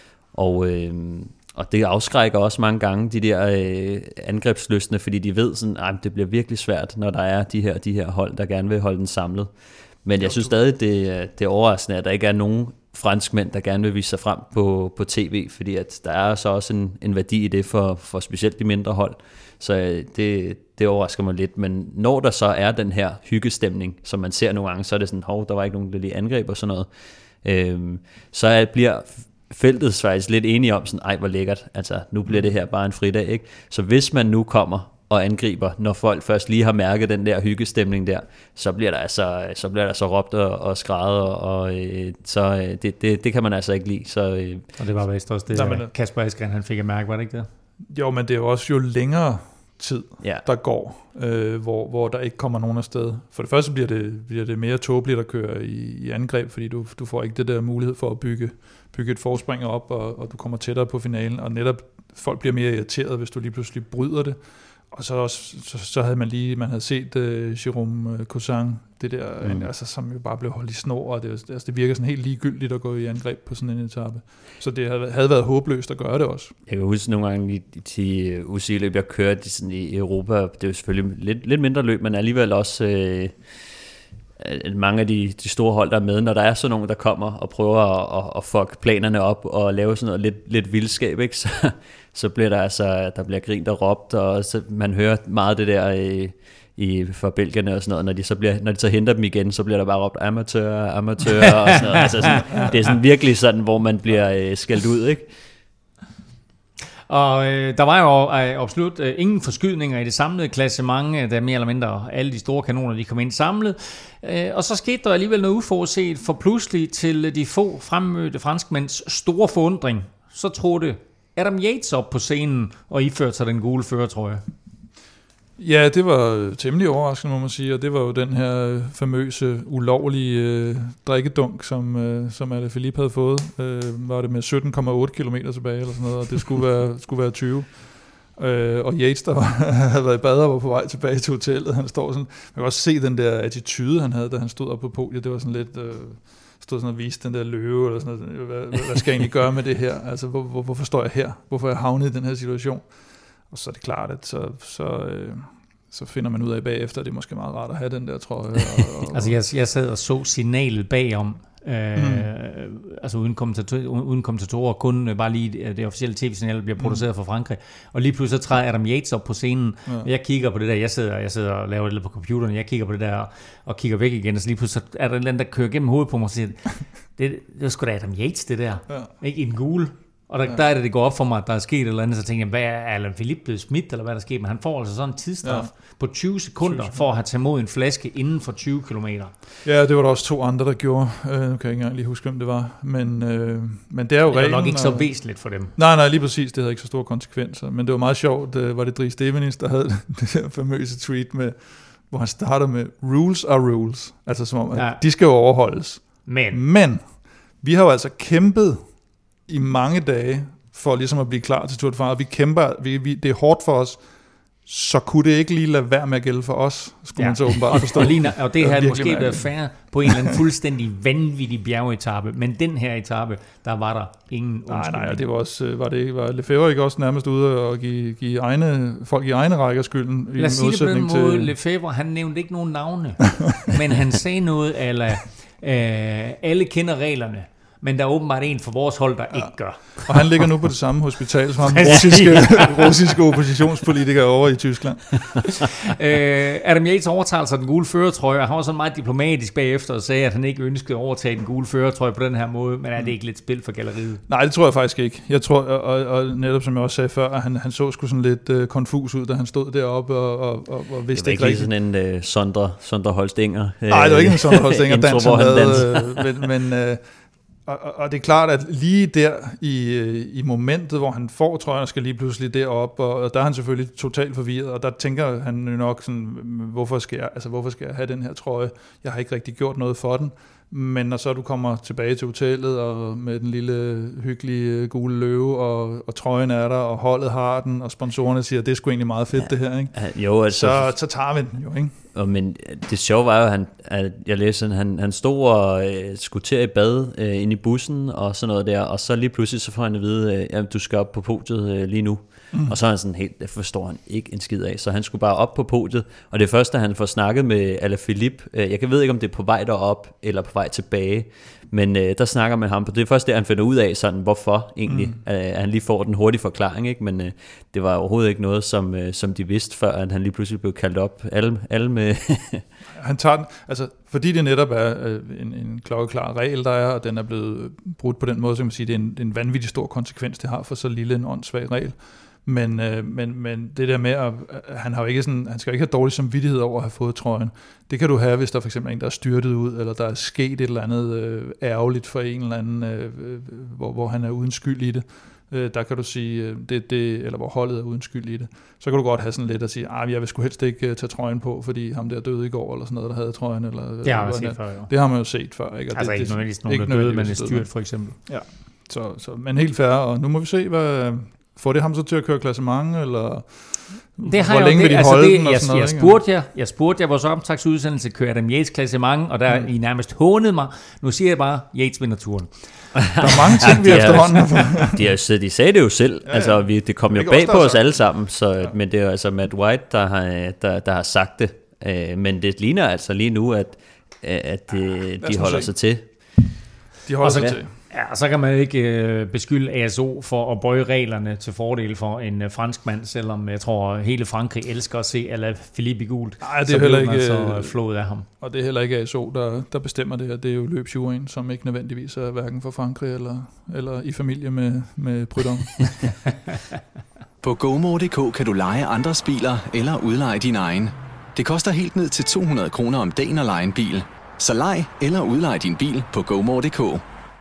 og det afskrækker også mange gange de der angrebslystne, fordi de ved sådan, det bliver virkelig svært, når der er de her hold, der gerne vil holde den samlet. Men jeg synes stadig, det er overraskende, at der ikke er nogen franskmænd, der gerne vil vise sig frem på tv, fordi at der er så også en værdi i det for specielt de mindre hold. Så det overrasker mig lidt, men når der så er den her hyggestemning, som man ser nogle gange, så er det sådan, der var ikke nogen, der lige angreb og sådan noget. Så bliver feltet faktisk lidt enige om sådan, hvor lækkert, altså nu bliver det her bare en fridag, ikke? Så hvis man nu kommer og angriber, når folk først lige har mærket den der hyggestemning der, så bliver der så råbt og skrædet, og så det kan man altså ikke lide. Så, og det var vist også det, Kasper Askren, han fik at mærke, var det ikke det? Jo, men det er jo også længere tid, der går, hvor der ikke kommer nogen afsted. For det første bliver det mere tåbeligt at køre i angreb, fordi du får ikke det der mulighed for at bygge et forspring op, og du kommer tættere på finalen, og netop folk bliver mere irriteret, hvis du lige pludselig bryder det. Og så havde man havde set Jérôme Cousin, det der, altså, som jo bare blev holdt i snor, og det virker sådan helt ligegyldigt at gå i angreb på sådan en etape. Så det havde været håbløst at gøre det også. Jeg kan huske nogle gange i de UCI-løb, jeg kørte sådan i Europa, det er jo selvfølgelig lidt mindre løb, men alligevel også mange af de store hold, der er med, når der er sådan nogen, der kommer og prøver at fuck planerne op og lave sådan noget lidt vildskab, ikke? Så bliver der bliver grint og råbt, og så man hører meget det der for belgierne og sådan noget, når de så henter dem igen, så bliver der bare råbt amatør og sådan noget. Altså sådan, det er sådan virkelig sådan, hvor man bliver skældt ud, ikke? Og der var jo absolut ingen forskydninger i det samlede klassement, da mere eller mindre alle de store kanoner, de kom ind samlet. Og så skete der alligevel noget uforudset, for pludselig til de få fremmødte franskmænds store forundring, så trådte Adam Yates op på scenen og iførte sig den gule førertrøje. Ja, det var temmelig overraskende, må man sige, og det var jo den her famøse, ulovlige drikkedunk, som Alaphilippe havde fået. Var det med 17,8 kilometer tilbage, eller sådan noget, og det skulle være 20. Og Yates, der havde været i bad og var på vej tilbage til hotellet, han står sådan, man kan også se den der attitude, han havde, da han stod op på podiet, det var sådan lidt... stod sådan og viste den der løve, eller sådan noget. Hvad skal jeg egentlig gøre med det her? Altså, hvorfor står jeg her? Hvorfor er jeg havnet i den her situation? Og så er det klart, at så finder man ud af bagefter, at det er måske meget rart at have den der trøje. Altså, jeg sad og så signalet bagom, altså uden kommentatorer, kun bare lige det officielle tv-signal bliver produceret fra Frankrig, og lige pludselig så træder Adam Yates op på scenen, og jeg kigger på det der, jeg sidder og laver det på computeren, jeg kigger på det der og kigger væk igen, og så lige pludselig er der et eller andet, der kører gennem hovedet på mig og siger, det var sgu da Adam Yates, det der, ikke i den gule. Og der er det går op for mig, at der er sket et eller andet, så tænker jeg, hvad er Alaphilippe blevet smidt, eller hvad der er sket? Men han får altså sådan en tidsstraf på 20 sekunder for at have taget mod en flaske inden for 20 kilometer. Ja, det var der også 2 andre, der gjorde. Nu kan jeg ikke engang lige huske, hvem det var. Men det er jo reglen. Det var nok ikke så væsentligt for dem. Nej, lige præcis. Det havde ikke så store konsekvenser. Men det var meget sjovt. Var det Dries Devenis, der havde det der famøse tweet med, hvor han starter med, rules are rules. Altså som om, at de skal jo overholdes. Men vi har jo altså kæmpet i mange dage for ligesom at blive klar til Tour de France. Vi kæmper, det er hårdt for os, så kunne det ikke lige lade være med at gælde for os, skulle man så åbenbart forstå. Og det havde måske været fair på en eller anden fuldstændig vanvittig bjergetappe, men den her etape, der var der ingen undskyldning. Nej, det var også, var Lefebvre ikke også nærmest ude og give folk i egne rækker skylden? Lad os sige det på den måde, Lefebvre, han nævnte ikke nogen navne, men han sagde noget, alle kender reglerne, men der er åbenbart en for vores hold, der ikke gør. Og han ligger nu på det samme hospital som russiske oppositionspolitikere over i Tyskland. Adam Yates overtager sig den gule førertrøje, og han var sådan meget diplomatisk bagefter og sagde, at han ikke ønskede at overtage den gule førertrøje på den her måde, men er det ikke lidt spil for galleriet? Nej, det tror jeg faktisk ikke. Jeg tror, og netop som jeg også sagde før, at han så sgu sådan lidt konfus ud, da han stod deroppe og vidste ikke rigtigt. Det var ikke sådan en Sondre Holstinger. Nej, det var ikke en Sondre Holstinger dans, han havde, men og det er klart, at lige der i momentet, hvor han får trøjen og skal lige pludselig derop, og der er han selvfølgelig totalt forvirret, og der tænker han nok sådan, hvorfor skal jeg have den her trøje? Jeg har ikke rigtig gjort noget for den. Men når så du kommer tilbage til hotellet og med den lille hyggelige gule løve, og trøjen er der, og holdet har den, og sponsorerne siger, det er sgu egentlig meget fedt det her, ikke? Jo, altså, så tager vi den jo, ikke? Men det sjove var jo, at jeg læste, han stod og skulle til i bad ind i bussen og sådan noget der, og så lige pludselig så får han at vide, at du skal op på podiet lige nu. og så er han sådan helt, det forstår han ikke en skid af, så han skulle bare op på podiet, og det første, han får snakket med Alaphilippe, jeg ved ikke, om det er på vej derop, eller på vej tilbage, men der snakker man ham på, det er først det, han finder ud af, sådan, hvorfor egentlig, at han lige får den hurtige forklaring, ikke? Men det var overhovedet ikke noget, som de vidste, før at han lige pludselig blev kaldt op, alle med... Han tager den, altså fordi det netop er en klokkeklar regel, der er, og den er blevet brudt på den måde, så kan man sige, det er en vanvittig stor konsekvens, det har for så lille en åndssvag regel. Men det der med, at han skal ikke have dårlig samvittighed over at have fået trøjen. Det kan du have, hvis der for eksempel er en, der er styrtet ud, eller der er sket et eller andet ærgerligt for en eller anden, hvor han er uden skyld i det. Der kan du sige, eller hvor holdet er uden skyld i det. Så kan du godt have sådan lidt at sige, jeg vil sgu helst ikke tage trøjen på, fordi ham der døde i går, eller sådan noget, der havde trøjen. Eller, det har man set før, jo. Det har man jo set før. Ikke? Altså ikke nødvendigvis nogen, der døde, men er styrt, for eksempel. Ja, men helt fair, og nu må vi se, hvad... Får det ham så til at køre klassement, eller det har hvor længe vil de holde den? Og sådan noget, jeg spurgte jer vores optagsudsendelse, kører Adam Yates klassement, og der I nærmest hånede mig. Nu siger jeg bare, Yates vinder turen. Der er mange ting, vi efterhånden har de sagde det jo selv, altså det kom jo bag på os alle sammen, så, men det er jo altså Matt White, der har sagt det. Men det ligner altså lige nu, at de holder sig til. De holder sig til. Ja, og så kan man ikke beskylde ASO for at bøje reglerne til fordel for en franskmand, selvom jeg tror, hele Frankrig elsker at se Alaphilippe i gult. Nej, det er heller ikke så flået af ham. Og det er heller ikke ASO, der bestemmer det her. Det er jo løbsjuryen, som ikke nødvendigvis er hverken for Frankrig eller i familie med Prudhomme. På GoMore.dk kan du leje andres biler eller udleje din egen. Det koster helt ned til 200 kroner om dagen at leje en bil. Så lej eller udlej din bil på GoMore.dk.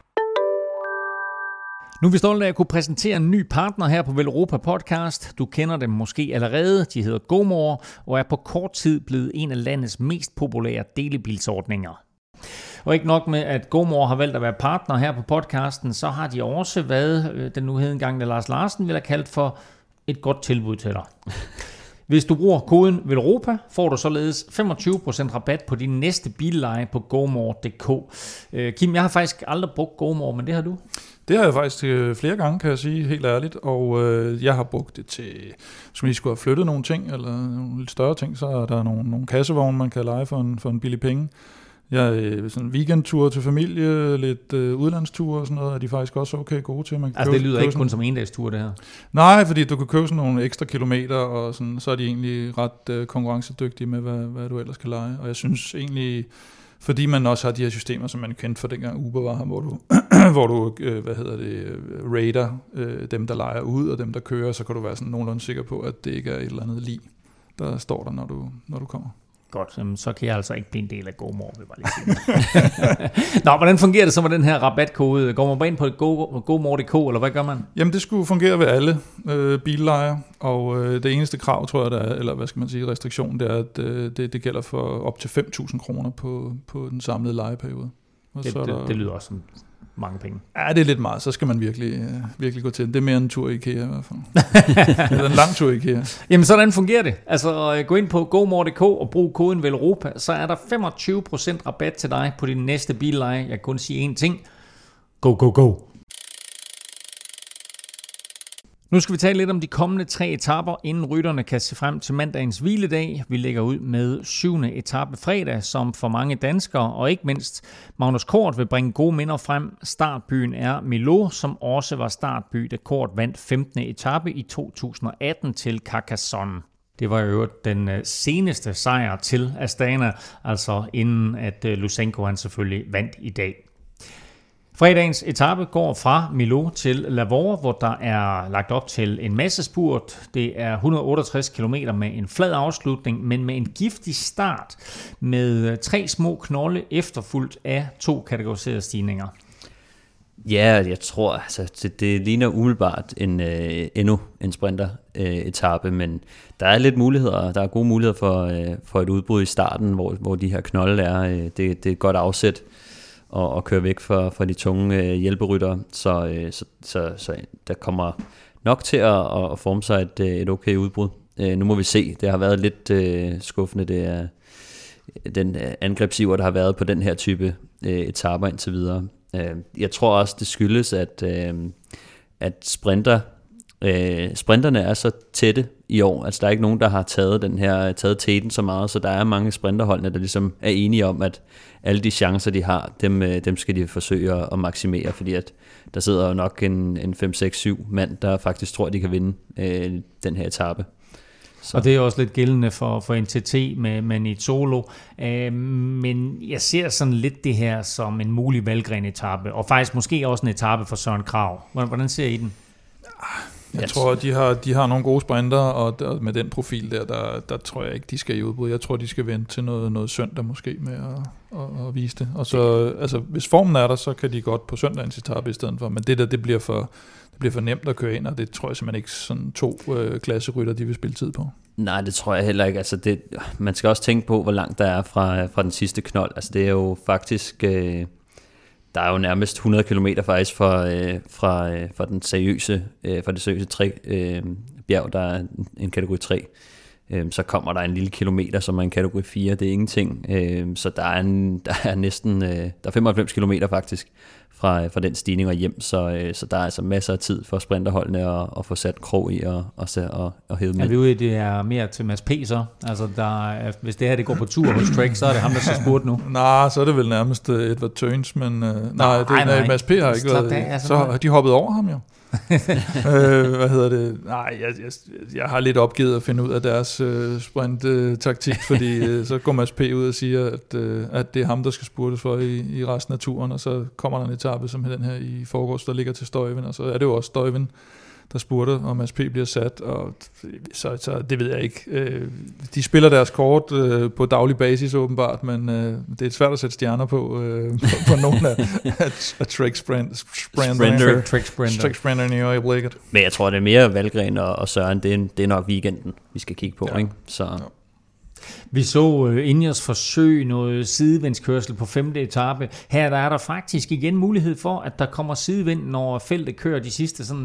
Nu er vi stolte af at kunne præsentere en ny partner her på Velropa Podcast. Du kender dem måske allerede. De hedder GoMore og er på kort tid blevet en af landets mest populære delebilsordninger. Og ikke nok med, at GoMore har valgt at være partner her på podcasten, så har de også været, den nu hed engang, der Lars Larsen ville have kaldt for et godt tilbud til dig. Hvis du bruger koden VELROPA, får du således 25% rabat på din næste billeje på GoMore.dk. Kim, jeg har faktisk aldrig brugt GoMore, men det har du? Det har jeg faktisk flere gange, kan jeg sige, helt ærligt, og jeg har brugt det til, hvis man lige skulle have flyttet nogle ting, eller nogle lidt større ting, så er der nogle kassevogne, man kan leje for en billig penge. Jeg er sådan en weekendtur til familie, lidt udlandsture og sådan noget, er de faktisk også okay gode til. Man kan altså det lyder ikke kun som en dagstur, det her? Nej, fordi du kan købe sådan nogle ekstra kilometer, og sådan, så er de egentlig ret konkurrencedygtige med, hvad du ellers kan leje. Og jeg synes egentlig, fordi man også har de her systemer, som man kendte fra dengang Uber var her, hvor du rater dem, der lejer ud, og dem, der kører, så kan du være sådan nogenlunde sikker på, at det ikke er et eller andet lig, der står der, når du kommer. Godt, så kan jeg altså ikke blive en del af GoMore, vil jeg bare lige sige. Nå, hvordan fungerer det så med den her rabatkode? Går man bare ind på GoMore.dk, eller hvad gør man? Jamen, det skulle fungere ved alle billejere, og det eneste krav, tror jeg, der er, eller hvad skal man sige, restriktion, det er, at det gælder for op til 5.000 kroner på den samlede lejeperiode. Det lyder også som mange penge. Ja, det er lidt meget. Så skal man virkelig gå til det. Det er mere en tur i IKEA i hvert fald. Eller en lang tur i IKEA. Jamen, sådan fungerer det. Altså, gå ind på GoMore.dk og brug koden VELROPA, så er der 25% rabat til dig på din næste billeje. Jeg kan kun sige én ting. Go, go, go! Nu skal vi tale lidt om de kommende 3 etaper, inden rytterne kan se frem til mandagens hviledag. Vi lægger ud med 7. etape fredag, som for mange danskere, og ikke mindst Magnus Kort vil bringe gode minder frem. Startbyen er Millau, som også var startby, da Kort vandt 15. etape i 2018 til Carcassonne. Det var jo den seneste sejr til Astana, altså inden at Lutsenko han selvfølgelig vandt i dag. Fredagens etape går fra Millau til Lavore, hvor der er lagt op til en massespurt. Det er 168 km med en flad afslutning, men med en giftig start med 3 små knolde efterfulgt af 2 kategoriserede stigninger. Ja, jeg tror, altså, det ligner umiddelbart endnu en sprinter-etape, men der er lidt muligheder. Der er gode muligheder for et udbrud i starten, hvor de her knolde er. Det er et godt afsæt og køre væk fra de tunge hjælperyttere, så der kommer nok til at forme sig et okay udbrud. Nu må vi se, det har været lidt skuffende, det er den angrebsiver, der har været på den her type etaper indtil videre. Jeg tror også, det skyldes, at sprinter Sprinterne er så tætte i år, altså der er ikke nogen, der har taget teten så meget, så der er mange sprinterholdene, der ligesom er enige om, at alle de chancer, de har, dem skal de forsøge at maksimere, fordi at der sidder jo nok en 5, 6, 7 mand, der faktisk tror, at de kan vinde den her etape. Så. Og det er også lidt gældende for NTT med Nizzolo, men jeg ser sådan lidt det her som en mulig valgren-etape, og faktisk måske også en etape for Søren Kragh. Hvordan ser I den? Jeg tror, de har nogle gode sprinter, og med den profil der tror jeg ikke, de skal i udbrud. Jeg tror, de skal vente til noget søndag måske med at vise det. Og så, altså, hvis formen er der, så kan de godt på søndagens etape i stedet for. Men det bliver for nemt at køre ind, og det tror jeg simpelthen ikke sådan 2 klasserytter, de vil spille tid på. Nej, det tror jeg heller ikke. Altså man skal også tænke på, hvor langt der er fra den sidste knold. Altså det er jo faktisk... der er jo nærmest 100 km faktisk fra det seriøse bjerg, der er en kategori 3. Så kommer der en lille kilometer, som er en kategori 4. Det er ingenting. Så der er næsten der er 95 km faktisk fra den stigning og hjem. Så der er altså masser af tid for sprinterholdene at få sat krog i og hæve med. Er vi ude i, det er mere til Mads P. så? Altså hvis det her det går på tur hos Trek, så er det ham, der skal spurte nu. Nej, så er det vel nærmest Edvard Tøns, men nej, Mads P. har ikke været. Så har de hoppet over ham jo. Hvad hedder det? Nej, jeg har lidt opgivet at finde ud af deres sprint-taktik, fordi så går Mads P. ud og siger, at det er ham, der skal spurtes for i resten af turen, og så kommer der en etape som den her i forgårs, der ligger til Stuyven, og så er det jo også Stuyven, der spurter, og Mads P. bliver sat, og så det ved jeg ikke. De spiller deres kort på daglig basis åbenbart, men det er svært at sætte stjerner på nogle af Trek-sprinterne i øjeblikket. Men jeg tror, det er mere Valgren og Søren, det er nok weekenden, vi skal kigge på, ikke? Så... Ja. Vi så Ineos forsøge noget sidevindskørsel på 5. etape. Her der er der faktisk igen mulighed for, at der kommer sidevind, når feltet kører de sidste sådan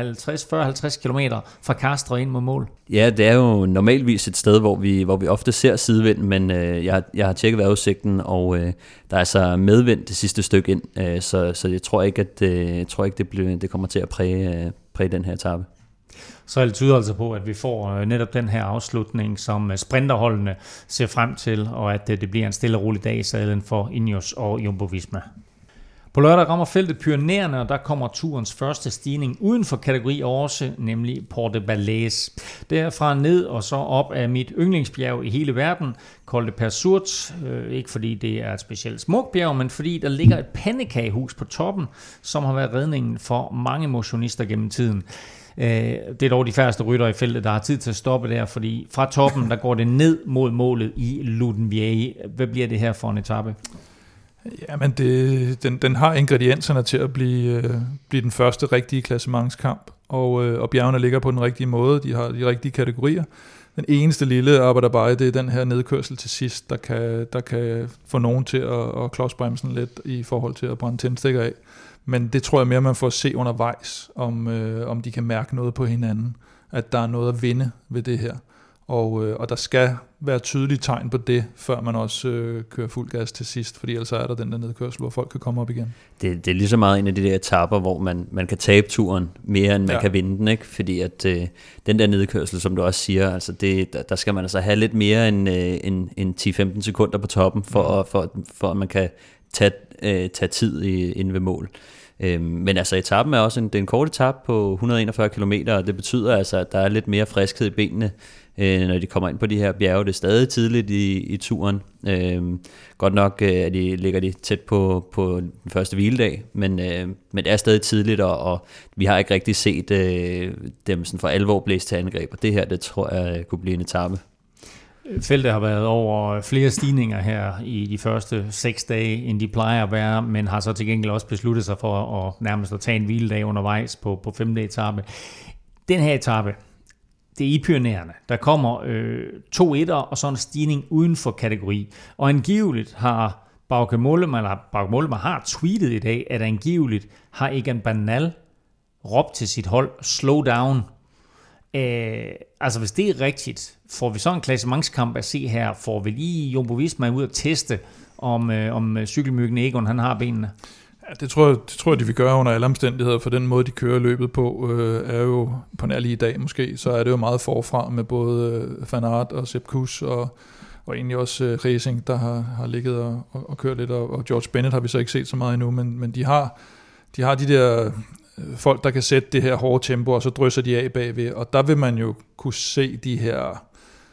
40-50 kilometer fra Castres ind mod mål. Ja, det er jo normalvis et sted, hvor vi ofte ser sidevind, men jeg har tjekket vejrudsigten, og der er altså medvind det sidste stykke ind, så jeg tror ikke, at det kommer til at præge den her etape. Så det tyder altså på, at vi får netop den her afslutning, som sprinterholdene ser frem til, og at det bliver en stille og rolig dag i sadlen for Ineos og Jumbo-Visma. På lørdag rammer feltet Pyrenæerne, og der kommer turens første stigning uden for kategori også, nemlig Port de Balais. Derfra ned og så op af mit yndlingsbjerg i hele verden, Col de Persourt. Ikke fordi det er et specielt smukt bjerg, men fordi der ligger et pandekagehus på toppen, som har været redningen for mange motionister gennem tiden. Det er dog de færreste ryttere i feltet, der har tid til at stoppe der, fordi fra toppen, der går det ned mod målet i Ludenvier. Hvad bliver det her for en etape? Jamen, den har ingredienserne til at blive den første rigtige klassementskamp, og bjergene ligger på den rigtige måde, de har de rigtige kategorier. Den eneste lille arbejderbej, det er den her nedkørsel til sidst, der kan få nogen til at klodsbremsen lidt i forhold til at brænde tændstikker af. Men det tror jeg mere, man får at se undervejs, om de kan mærke noget på hinanden, at der er noget at vinde ved det her. Og der skal være tydelige tegn på det, før man også kører fuld gas til sidst, fordi ellers er der den der nedkørsel, hvor folk kan komme op igen. Det er lige så meget en af de der etaper, hvor man kan tabe turen mere, end man kan vinde den, ikke? Fordi at den der nedkørsel, som du også siger, altså der skal man altså have lidt mere end 10-15 sekunder på toppen, for at man kan tage tid inde ved mål. Men altså etappen er også en kort etape på 141 km, og det betyder altså, at der er lidt mere friskhed i benene, når de kommer ind på de her bjerge. Det er stadig tidligt i turen. Godt nok ligger de tæt på den første hviledag, men det er stadig tidligt, og vi har ikke rigtig set dem sådan for alvor blæst til angreb, og det her, det tror jeg kunne blive en etape. Feltet har været over flere stigninger her i de første 6 dage, end de plejer at være, men har så til gengæld også besluttet sig for at nærmest at tage en hviledag undervejs på 5. etape. Den her etape, det er i Pyrenæerne. Der kommer 2 etter og så en stigning uden for kategori. Og angiveligt har Bauke Mollema har tweetet i dag, at angiveligt har Egan Bernal råbt til sit hold, slow down. Altså hvis det er rigtigt, får vi så en klassementskamp at se her, får vi lige Jumbo Visma ud at teste, om cykelmyggen Egon han har benene? det tror jeg, de vil gøre under alle omstændigheder, for den måde, de kører løbet på, er jo på nær lige i dag måske, så er det jo meget forfra med både Van Aert og Sepp Kuss og egentlig også Racing, der har ligget og kørt lidt, og George Bennett har vi så ikke set så meget endnu, men de har de der folk, der kan sætte det her hårde tempo, og så drysser de af bagved, og der vil man jo kunne se de her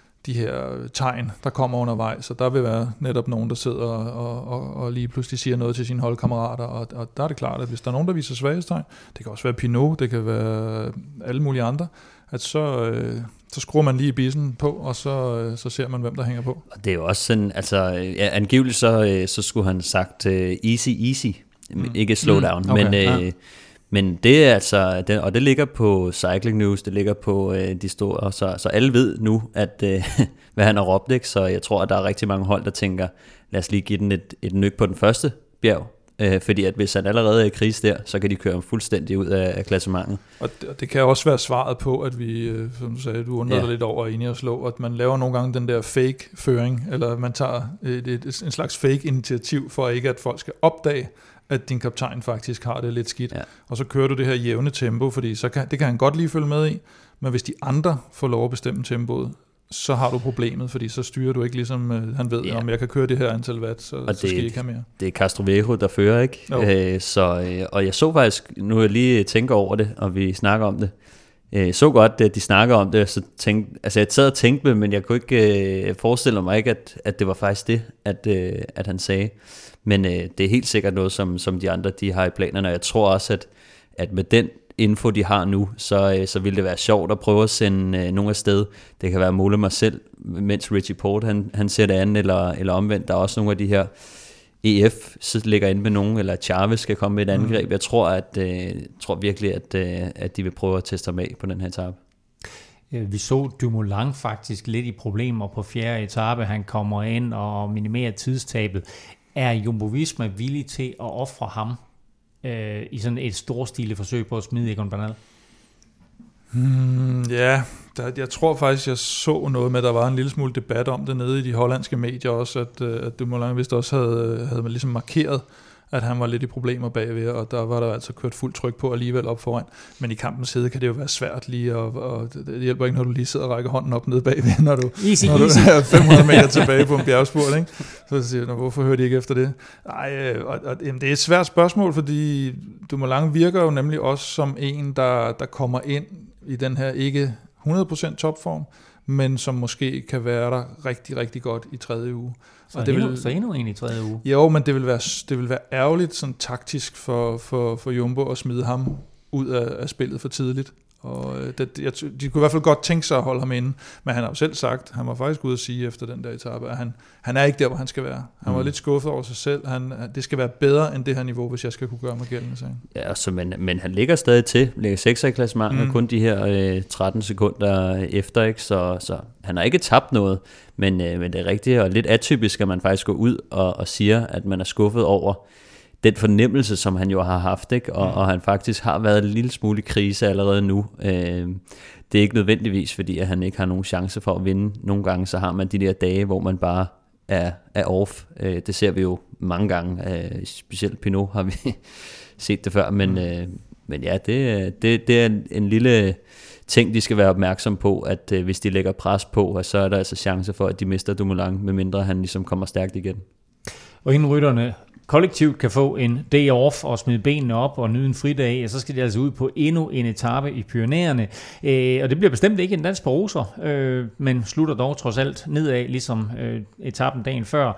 tegn, der kommer undervejs, så der vil være netop nogen, der sidder og lige pludselig siger noget til sine holdkammerater, og der er det klart, at hvis der er nogen, der viser svaghedstegn, det kan også være Pinot, det kan være alle mulige andre, at så skruer man lige bissen på, og så ser man, hvem der hænger på. Og det er jo også sådan, altså angiveligt så skulle han sagt easy, ikke slow down, okay, men det er altså, og det ligger på Cycling News, det ligger på de store, så alle ved nu, at hvad han har råbt, ikke? Så jeg tror, at der er rigtig mange hold, der tænker, lad os lige give den et nyk på den første bjerg, fordi at hvis han allerede er i krise der, så kan de køre fuldstændig ud af klassementet. Og det kan også være svaret på, at vi, som du sagde, du undrer dig lidt over inde og slå, at man laver nogle gange den der fake-føring, eller man tager en slags fake-initiativ for ikke, at folk skal opdage, at din kaptajn faktisk har det lidt skidt. Ja. Og så kører du det her jævne tempo, fordi det kan han godt lige følge med i, men hvis de andre får lov at bestemme tempoet, så har du problemet, fordi så styrer du ikke ligesom han ved, om jeg kan køre det her antal watt, så skal jeg ikke have mere. Det er Castroviejo, der fører, ikke? Og jeg så faktisk, nu jeg lige tænker over det, og vi snakker om det, så godt, at de snakker om det, så jeg sad og tænkte, men jeg kunne ikke forestille mig ikke, at det var faktisk det, at han sagde. Men det er helt sikkert noget, som de andre de har i planerne, og jeg tror også, at med den info, de har nu, så vil det være sjovt at prøve at sende nogen afsted. Det kan være Mollema selv, mens Richie Porte han ser det an, eller omvendt. Der er også nogle af de her EF, så ligger inde med nogen, eller Chavez skal komme med et angreb. Jeg tror virkelig, at de vil prøve at teste ham af på den her etape. Vi så Dumoulin faktisk lidt i problemer på 4. etape. Han kommer ind og minimerer tidstabet. Er Jumbo-Visma villig til at ofre ham i sådan et storstilet forsøg på at smide Egan Bernal? Jeg tror faktisk, jeg så noget med, at der var en lille smule debat om det nede i de hollandske medier også, at Dumoulin vist også havde man ligesom markeret, at han var lidt i problemer bagved, og der var der altså kørt fuld tryk på alligevel op foran. Men i kampens hede kan det jo være svært lige, og det hjælper ikke, når du lige sidder og rækker hånden op nede bagved, når du er 500 meter tilbage på en bjergspurt, ikke? Så siger du, hvorfor hører de ikke efter det? Nej, det er et svært spørgsmål, fordi Dumoulin virker jo nemlig også som en, der kommer ind i den her ikke 100% topform, men som måske kan være der rigtig, rigtig godt i 3. uge. Så endnu en i 3. uge? Jo, men det vil være ærgerligt sådan taktisk for Jumbo at smide ham ud af spillet for tidligt. Og de kunne i hvert fald godt tænke sig at holde ham inde, men han har jo selv sagt, han var faktisk ude at sige efter den der etape, at han er ikke der, hvor han skal være. Han var lidt skuffet over sig selv. Det skal være bedre end det her niveau, hvis jeg skal kunne gøre mig gældende. Ja, altså, men han ligger stadig til, ligger 6 i klassementet, kun de her 13 sekunder efter, ikke? Så han har ikke tabt noget, men det er rigtigt og lidt atypisk, at man faktisk går ud og siger, at man er skuffet over den fornemmelse, som han jo har haft, ikke? Og han faktisk har været en lille smule i krise allerede nu. Det er ikke nødvendigvis, fordi at han ikke har nogen chance for at vinde. Nogle gange så har man de der dage, hvor man bare er off. Det ser vi jo mange gange. Specielt Pinot har vi set det før. Men ja, det er en lille ting, de skal være opmærksom på, at hvis de lægger pres på, så er der altså chance for, at de mister Dumoulin, medmindre han ligesom kommer stærkt igen. Og inden rytterne kollektivt kan få en day off og smide benene op og nyde en fridag, så skal de altså ud på endnu en etape i Pyrenæerne. Og det bliver bestemt ikke en dans på roser, men slutter dog trods alt nedad, ligesom etappen dagen før.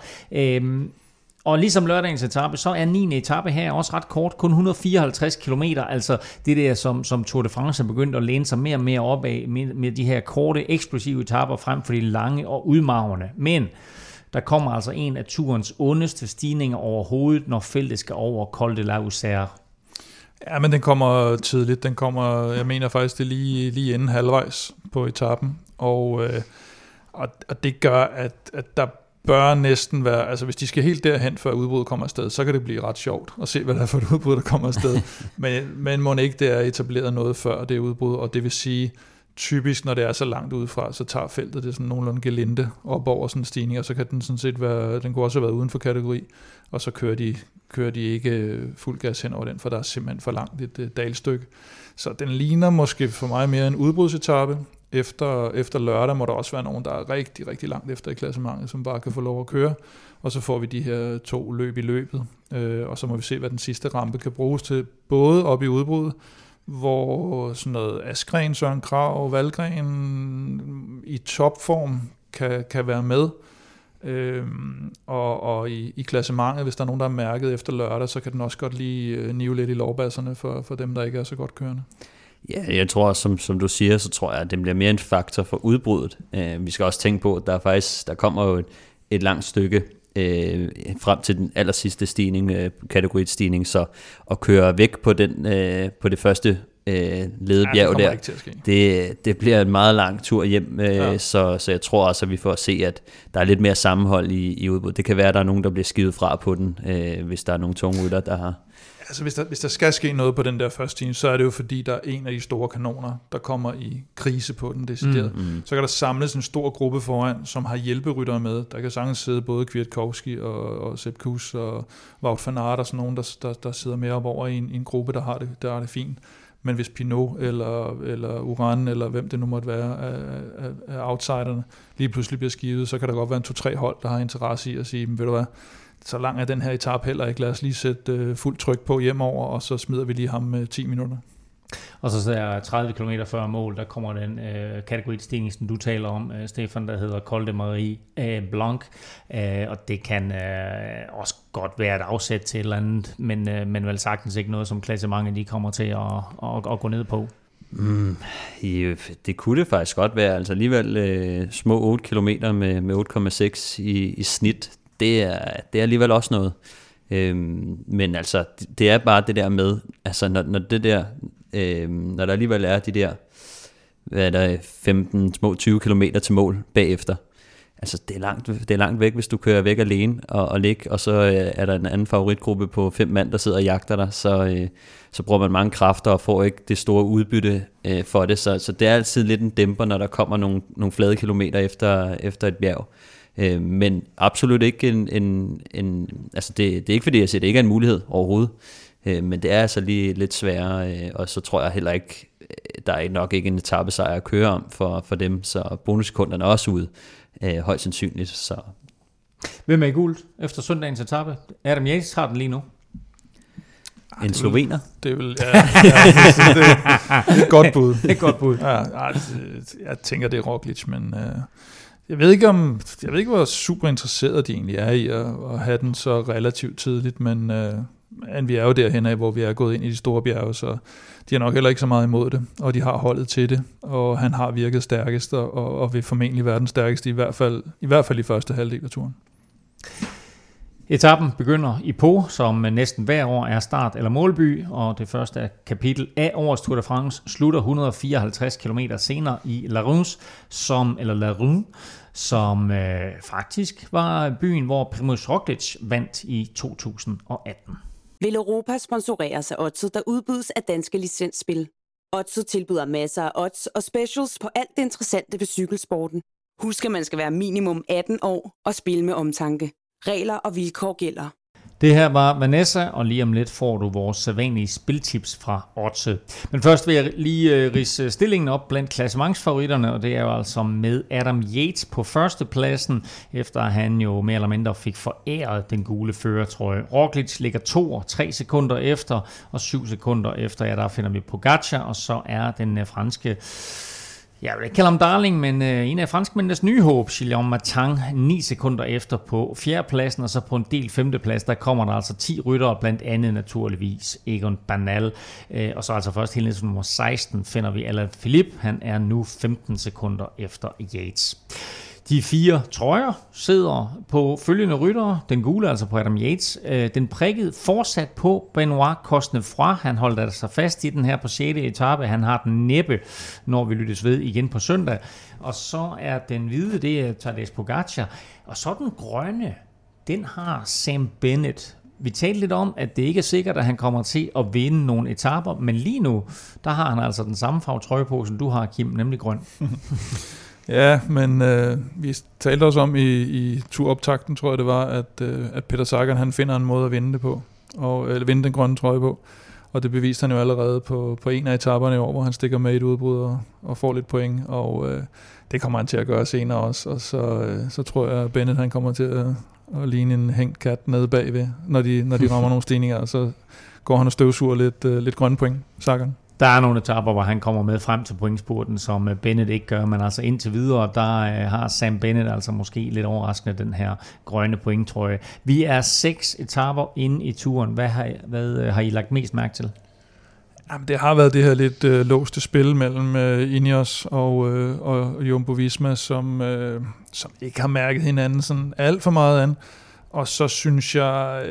Og ligesom lørdagens etape, så er 9. etape her også ret kort, kun 154 km, altså det der, som Tour de France er begyndt at læne sig mere og mere op af, med de her korte, eksplosive etaper frem for de lange og udmarvende. Men der kommer altså en af turens ondeste stigninger overhovedet, når feltet skal over Col de la Usère. Ja, men den kommer tidligt. Den kommer, jeg mener faktisk, det lige inden halvvejs på etappen. Og det gør, at der bør næsten være, altså hvis de skal helt derhen, før udbruddet kommer afsted, så kan det blive ret sjovt at se, hvad der er for et udbrud, der kommer afsted. men må ikke det er etableret noget før det udbrud, og det vil sige, typisk, når det er så langt udefra, så tager feltet det sådan nogenlunde gelinde op over sådan en stigning, og så kan den sådan set være, den kunne også have været uden for kategori, og så kører de ikke fuld gas hen over den, for der er simpelthen for langt et dalstykke. Så den ligner måske for mig mere en udbrudsetappe. Efter lørdag må der også være nogen, der er rigtig, rigtig langt efter i klassementet, som bare kan få lov at køre, og så får vi de her 2 løb i løbet, og så må vi se, hvad den sidste rampe kan bruges til, både op i udbruddet, hvor sådan noget Askren, Søren Kragh, Valgren i topform kan være med, og i klassementet, hvis der er nogen, der er mærket efter lørdag, så kan den også godt lige nive lidt i lovbasserne for dem, der ikke er så godt kørende. Ja, jeg tror, som du siger, så tror jeg, at det bliver mere en faktor for udbruddet. Vi skal også tænke på, at der kommer jo et langt stykke frem til den aller sidste stigning, kategoristigning, så at køre væk på det første ledebjerg der, det bliver en meget lang tur hjem, så jeg tror også, at vi får at se, at der er lidt mere sammenhold i udbud. Det kan være, at der er nogen, der bliver skivet fra på den, hvis der er nogle tunge rytter, der har. Altså hvis der skal ske noget på den der første time, så er det jo fordi, der er en af de store kanoner, der kommer i krise på den decideret. Så kan der samles en stor gruppe foran, som har hjælperyttere med. Der kan sagtens sidde både Kwiatkowski og Sepp Kuss og Wout van Aert og sådan nogen, der sidder mere op over i en gruppe, der har det fint. Men hvis Pinot eller Uran, eller hvem det nu måtte være af outsiderne, lige pludselig bliver skivet, så kan der godt være en 2-3 hold, der har interesse i at sige, ved du hvad, så lang er den her etape heller ikke. Lad os lige sætte fuldt tryk på hjemover, og så smider vi lige ham med 10 minutter. Og så er 30 km før mål, der kommer den kategoristigning, som du taler om, Stefan, der hedder Col de Marie Blanc, og det kan også godt være et afsæt til et eller andet, men vel sagtens ikke noget, som klassementet de kommer til at gå ned på. Det kunne det faktisk godt være, altså alligevel små 8 km med 8,6 i snit. Det er alligevel også noget. Men altså, det er bare det der med, altså når der alligevel er de der, hvad er der, 15, små 20 kilometer til mål bagefter. Altså, det er langt væk, hvis du kører væk alene og ligge, og så er der en anden favoritgruppe på 5 mand, der sidder og jagter dig, så bruger man mange kræfter og får ikke det store udbytte for det. Så det er altid lidt en dæmper, når der kommer nogle flade kilometer efter et bjerg. Men absolut ikke altså det er ikke fordi jeg siger, det ikke er en mulighed overhovedet, men det er altså lige lidt sværere, og så tror jeg heller ikke, der er nok ikke en etapesejr at køre om for dem, så bonussekunderne er også ude, højst sandsynligt. Så. Hvem er i gult efter søndagens etape? Adam Yates har den lige nu. En slovener? Det er vel, det er et godt bud. Det er et godt bud. Jeg tænker, det er Roglic, men jeg ved ikke, hvor super interesseret de egentlig er i at have den så relativt tidligt, men vi er jo derhen af, hvor vi er gået ind i de store bjerge, så de har nok heller ikke så meget imod det, og de har holdet til det, og han har virket stærkest, og vil formentlig være den stærkeste, i hvert fald i første halvdel af turen. Etappen begynder i Pau, som næsten hver år er start- eller målby, og det første kapitel af årets Tour de France slutter 154 km senere i La Rune, som faktisk var byen, hvor Primož Roglic vandt i 2018. Vil Europa sponsoreres af Oddset, der udbydes af danske licensspil. Oddset tilbyder masser af odds og specials på alt det interessante ved cykelsporten. Husk, at man skal være minimum 18 år og spille med omtanke. Regler og vilkår gælder. Det her var Vanessa, og lige om lidt får du vores sædvanlige spiltips fra Oddset. Men først vil jeg lige ridse stillingen op blandt klassementsfavoritterne, og det er jo altså med Adam Yates på førstepladsen, efter han jo mere eller mindre fik foræret den gule førertrøje. Roglic ligger 2 og 3 sekunder efter, og 7 sekunder efter, ja, der finder vi Pogačar, og så er den franske, jeg vil ikke kalde ham darling, men en af franskmændenes nye håb, Gillian Martin, 9 sekunder efter på 4. pladsen, og så på en del 5. plads, der kommer der altså 10 ryttere, blandt andet naturligvis Egan Bernal, og så altså først helt ned til nummer 16 finder vi Alain Philippe, han er nu 15 sekunder efter Yates. De 4 trøjer sidder på følgende ryttere. Den gule altså på Adam Yates. Den prikkede fortsat på Benoit Cosnefroid. Han holdt altså fast i den her på 6. etape. Han har den næppe, når vi lyttes ved igen på søndag. Og så er den hvide, det er Tadej Pogačar. Og så den grønne, den har Sam Bennett. vi talte lidt om, at det ikke er sikkert, at han kommer til at vinde nogle etaper, men lige nu, der har han altså den samme farve trøje på, som du har, Kim, nemlig grøn. Ja, men vi talte også om i turoptakten, tror jeg det var, at Peter Sagan, han finder en måde at vinde det på, eller vinde den grønne trøje på. Og det beviste han jo allerede på en af etaperne i år, hvor han stikker med i et udbrud og får lidt point, og det kommer han til at gøre senere også. Og så tror jeg, at Bennett han kommer til at ligne en hængt kat nede bagved, når de rammer nogle stigninger, og så går han og støvsuger lidt grønne point, Sagan. Der er nogle etaper, hvor han kommer med frem til pointspurten, som Bennett ikke gør, men altså indtil videre, der har Sam Bennett altså måske lidt overraskende den her grønne pointtrøje. Vi er 6 etaper inde i turen. Hvad har I lagt mest mærke til? Jamen, det har været det her lidt låste spil mellem Ineos og Jumbo Visma, som ikke har mærket hinanden sådan alt for meget an. Og så synes jeg,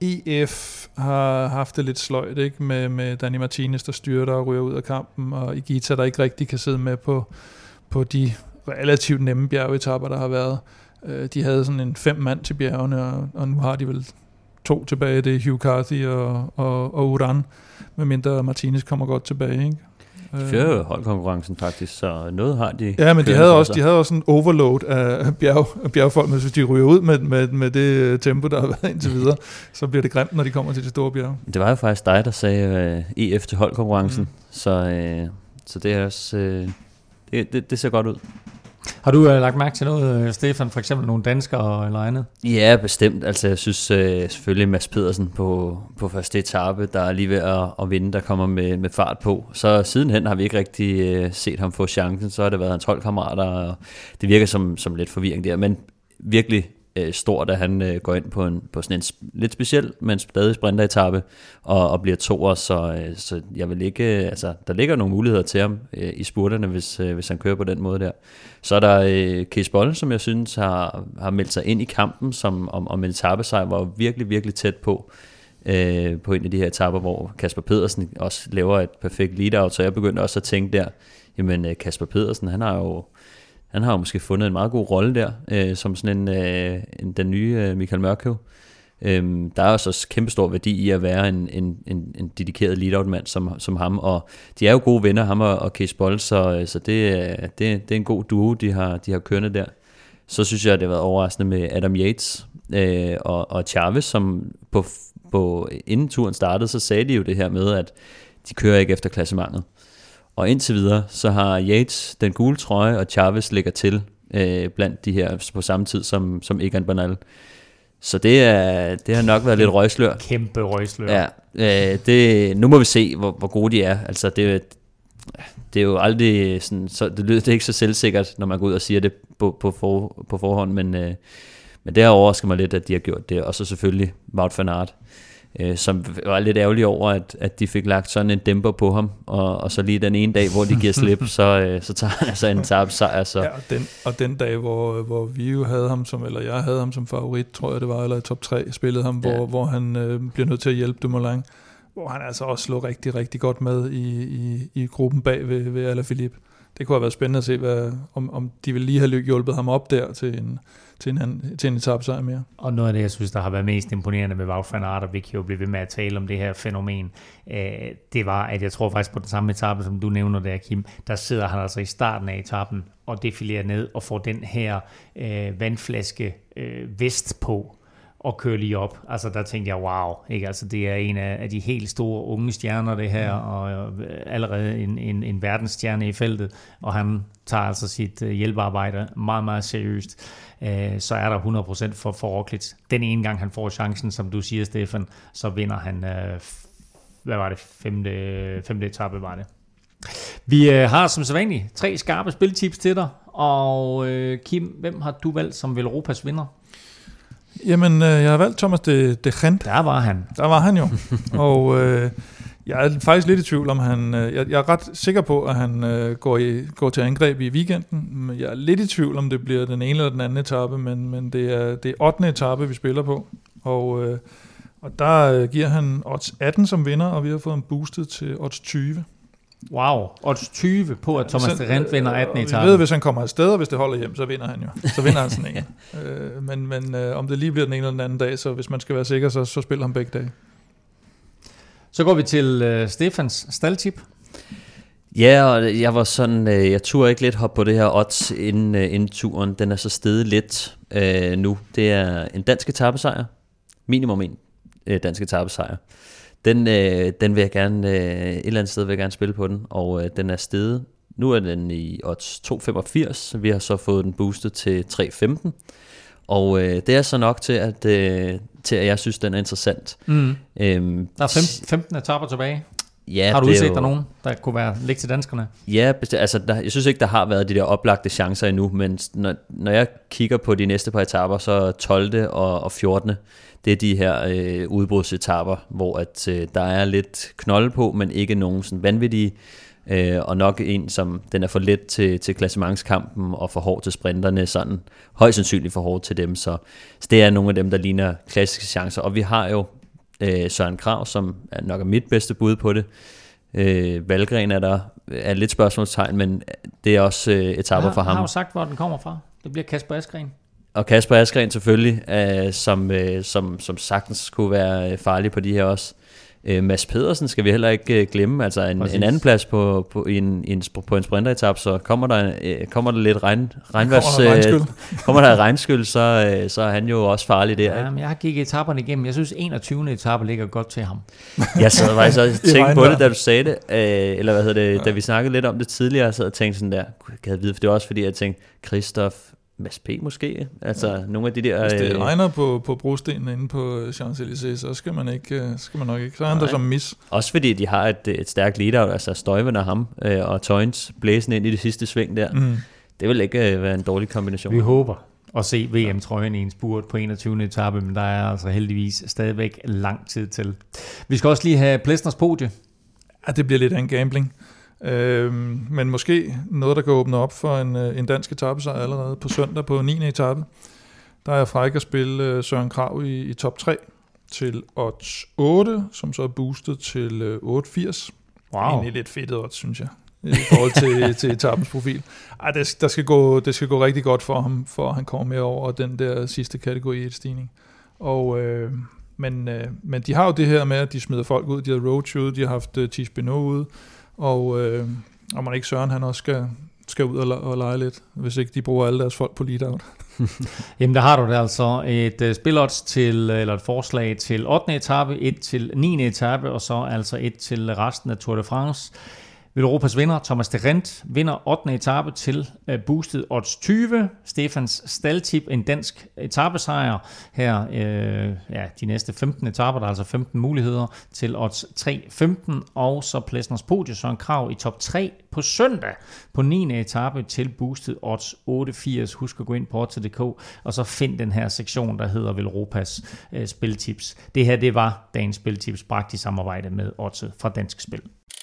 EF har haft det lidt sløjt, ikke? Med Dani Martinez, der styrter og ryger ud af kampen, og Igita, der ikke rigtig kan sidde med på de relativt nemme bjergetapper, der har været. De havde sådan en 5 mand til bjergene, og nu har de vel 2 tilbage. Det er Hugh Carthy og Uran, medmindre Martinez kommer godt tilbage, ikke? De fører jo holdkonkurrencen faktisk, så noget har de. Ja, men de havde også en overload af bjergfolk, men hvis de ryger ud med det tempo, der har været indtil videre, så bliver det grimt, når de kommer til de store bjerge. Det var jo faktisk dig, der sagde EF til holdkonkurrencen, så det er også det ser godt ud. Har du lagt mærke til noget, Stefan, for eksempel nogle danskere eller andet? Ja, bestemt. Altså, jeg synes selvfølgelig Mads Pedersen på første etape, der er lige ved at vinde, der kommer med fart på. Så sidenhen har vi ikke rigtig set ham få chancen. Så har det været hans holdkammerater, og det virker som lidt forvirring der. Men virkelig stort, at han går ind på sådan en lidt speciel, men stadig sprinteretappe og bliver toer, så jeg vil ikke, altså der ligger nogle muligheder til ham i spurterne, hvis han kører på den måde der. Så er der Cees Bol, som jeg synes har meldt sig ind i kampen, som om en etapesejr var virkelig, virkelig tæt på en af de her etapper, hvor Kasper Pedersen også laver et perfekt lead-out, så jeg begyndte også at tænke der, jamen Kasper Pedersen, han har jo måske fundet en meget god rolle der, som sådan den nye Michael Mørkøv. Der er også kæmpestor værdi i at være en dedikeret lead-out-mand som ham, og de er jo gode venner, ham og Cees Bol, så det er en god duo, de har kørende der. Så synes jeg, det har været overraskende med Adam Yates og Chavez, som på inden turen startede, så sagde de jo det her med, at de kører ikke efter klassementet. Og indtil videre, så har Yates den gule trøje, og Chavez ligger til blandt de her på samme tid som Egan Bernal. Så det har nok været lidt røgslør. Kæmpe røgslør. Ja, nu må vi se, hvor gode de er. Altså, det er jo aldrig sådan, så det er ikke så selvsikkert, når man går ud og siger det på forhånd, men det har overrasket mig lidt, at de har gjort det. Og så selvfølgelig Wout van Aert, som var lidt ærgerlig over, at de fik lagt sådan en dæmper på ham, og så lige den ene dag, hvor de giver slip, så tager han altså en tabsejr. Så. Ja, og den dag, hvor vi jo havde ham eller jeg havde ham som favorit, tror jeg det var, eller i top 3 spillede ham, hvor han bliver nødt til at hjælpe Dumoulin, hvor han altså også slog rigtig, rigtig godt med i gruppen bag ved Alaphilippe. Det kunne have været spændende at se, om de ville lige have hjulpet ham op der til en etapesejr mere. Og noget af det, jeg synes, der har været mest imponerende med Wout van Aert, og vi kan jo blive ved med at tale om det her fænomen, det var, at jeg tror faktisk på den samme etape, som du nævner der, Kim, der sidder han altså i starten af etappen og defilerer ned og får den her vandflaske vest på og kører lige op. Altså der tænkte jeg, wow, ikke? Altså det er en af de helt store unge stjerner det her, og allerede en verdensstjerne i feltet, og han tager altså sit hjælpearbejde meget, meget seriøst. Så er der 100% for Roglic. Den ene gang han får chancen, som du siger, Stefan, så vinder han, hvad var det, femte etape var det. Vi har som sædvanligt 3 skarpe spiltips til dig, og Kim, hvem har du valgt som Velropas vinder? Jamen, jeg har valgt Thomas de Gent. Der var han jo. Og jeg er faktisk lidt i tvivl om han. Jeg er ret sikker på, at han går til angreb i weekenden. Jeg er lidt i tvivl om det bliver den ene eller den anden etape, men det er 8. etape, vi spiller på. Og der giver han odds 18 som vinder, og vi har fået ham boostet til odds 20. Wow, odds 20 på, at Thomas de Gendt vinder 18. etape. Vi ved, hvis han kommer afsted, og hvis det holder hjem, så vinder han jo. Så vinder han sådan en. Men om det lige bliver den ene eller den anden dag, så hvis man skal være sikker, så spiller han begge dage. Så går vi til Stefans staldtip. Ja, og jeg var sådan, jeg turde ikke lidt hoppe på det her odds inden turen. Den er så steget lidt nu. Det er en dansk etapesejr. Minimum en dansk etapesejr. Den vil jeg gerne, et eller andet sted vil jeg gerne spille på den, og den er steget. Nu er den i odds 2,85. Vi har så fået den boostet til 3,15. Og det er så nok til, at jeg synes, den er interessant. Der er 15 etaper tilbage. Ja, har du udset dig nogen, der kunne ligge til danskerne? Ja, altså jeg synes ikke, der har været de der oplagte chancer endnu, men når jeg kigger på de næste par etaper, så 12. og 14. Det er de her udbrudsetapper, hvor at der er lidt knolde på, men ikke nogen sådan vanvittige, og nok en, som den er for let til klassementskampen og for hård til sprinterne, sådan højst sandsynligt for hård til dem, så det er nogle af dem, der ligner klassiske chancer, og vi har jo Søren Kragh, som nok er mit bedste bud på det. Valgren er lidt spørgsmålstegn, men det er også etaper for ham. Jeg har jo sagt, hvor den kommer fra. Det bliver Kasper Asgreen. Og Kasper Asgreen selvfølgelig, som sagtens kunne være farlig på de her også. Mads Pedersen skal vi heller ikke glemme, altså en anden plads på en sprinteretap, så kommer der lidt regnskyld, så er han jo også farlig der. Ja, men jeg har kigget etaperne igennem. Jeg synes 21. etape ligger godt til ham. Jeg sad faktisk og tænkte på det, da du sagde det, da vi snakkede lidt om det tidligere, jeg sad og tænkte sådan der, kan jeg vide, for det var også fordi jeg tænkte, Christoph Mads P. måske, altså nogle af de der... Hvis det regner på brostenene inde på Champs-Élysées, så skal man nok ikke, så er han der som mis. Også fordi de har et stærkt lead-out, altså Stuyven og ham, og Toyns blæsende ind i det sidste sving der. Det vil ikke være en dårlig kombination. Vi håber at se VM-trøjen i en spurt på 21. etape, men der er altså heldigvis stadigvæk lang tid til. Vi skal også lige have Plesners podie. Ja, det bliver lidt af en gambling. Men måske noget, der kan åbne op for en dansk etapesejr allerede på søndag på 9. etape. Der er jeg fræk at spille Søren Kragh i top 3 til odds 8, som så er boostet til 8,80. Wow. Egentlig lidt fedtet odds, synes jeg, i forhold til etapens profil. Det skal gå rigtig godt for ham, for at han kommer med over den der sidste kategori 1-stigning. Men de har jo det her med, at de smider folk ud. De har roadshow, de har haft Tish Benoit ude, og man ikke Søren, han også skal ud og lege lidt, hvis ikke de bruger alle deres folk på lead-out. Jamen der har du det altså et spilodds eller et forslag til 8. etape, et til 9. etape, og så altså et til resten af Tour de France. Europas vinder, Thomas de Gendt, vinder 8. etape til boostet odds 20. Stefans staldtip, en dansk etapesejr her, de næste 15 etaper, der er altså 15 muligheder til odds 3,15, og så Plesners podie, Søren Kragh i top 3 på søndag på 9. etape til boostet odds 8,80. Husk at gå ind på odds.dk, og så find den her sektion, der hedder Velropas spiltips. Det her, det var dagens spiltips, bragt i samarbejde med Odds fra Dansk Spil.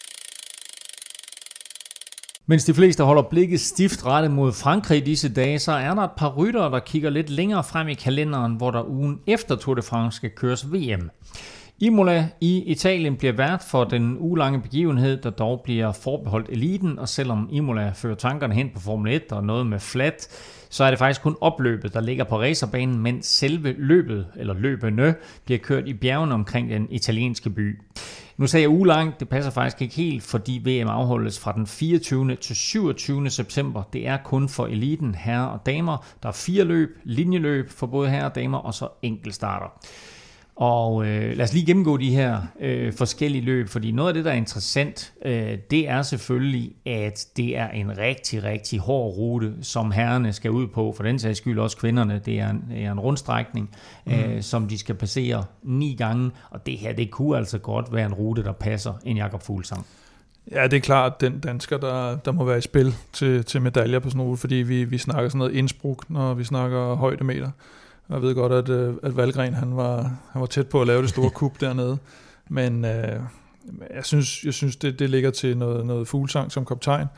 Mens de fleste holder blikket stift rettet mod Frankrig i disse dage, så er der et par ryttere, der kigger lidt længere frem i kalenderen, hvor der ugen efter Tour de France skal køres VM. Imola i Italien bliver vært for den ugelange begivenhed, der dog bliver forbeholdt eliten, og selvom Imola fører tankerne hen på Formel 1 og noget med flat, så er det faktisk kun opløbet, der ligger på racerbanen, mens selve løbet, eller løbene, bliver kørt i bjergene omkring den italienske by. Nu sagde jeg ugelangt, det passer faktisk ikke helt, fordi VM afholdes fra den 24. til 27. september. Det er kun for eliten, herrer og damer. Der er 4 løb, linjeløb for både herrer og damer, og så enkeltstarter. Og lad os lige gennemgå de her forskellige løb, fordi noget af det, der er interessant, det er selvfølgelig, at det er en rigtig, rigtig hård rute, som herrerne skal ud på, for den sags skyld også kvinderne. Det er en rundstrækning, som de skal passere 9 gange, og det her, det kunne altså godt være en rute, der passer en Jakob Fuglsang. Ja, det er klart, den dansker, der må være i spil til medaljer på sådan en rute, fordi vi snakker sådan noget Innsbruck, når vi snakker højdemeter. Jeg ved godt, at Valgren han var tæt på at lave det store kup dernede, men jeg synes det ligger til noget Fuglsang som kaptajn.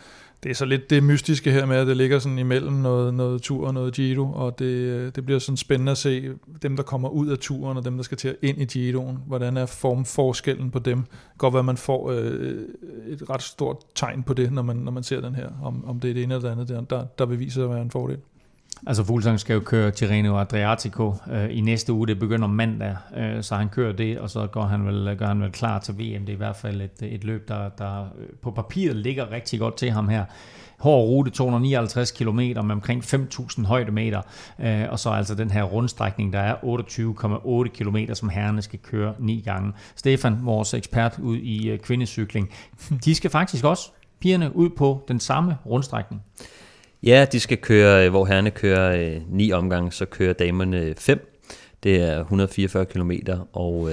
Det er så lidt det mystiske her med, at det ligger sådan imellem noget tur og noget Giro, og det bliver sådan spændende at se dem, der kommer ud af turen, og dem, der skal til ind i Giroen. Hvordan er formforskellen på dem? Godt være, man får et ret stort tegn på det, når man ser den her, om det er det ene eller det andet, der beviser at være en fordel. Altså Fuglsang skal jo køre Tirreno Adriatico i næste uge. Det begynder mandag, så han kører det, og så gør han vel klar til VM. Det er i hvert fald et løb, der på papiret ligger rigtig godt til ham her. Hård rute, 259 km med omkring 5.000 højdemeter, og så altså den her rundstrækning, der er 28,8 km, som herrerne skal køre 9 gange. Stefan, vores ekspert ud i kvindecykling, de skal faktisk også, pigerne, ud på den samme rundstrækning. Ja, de skal køre, hvor herrerne kører 9 omgange, så kører damerne 5. Det er 144 km og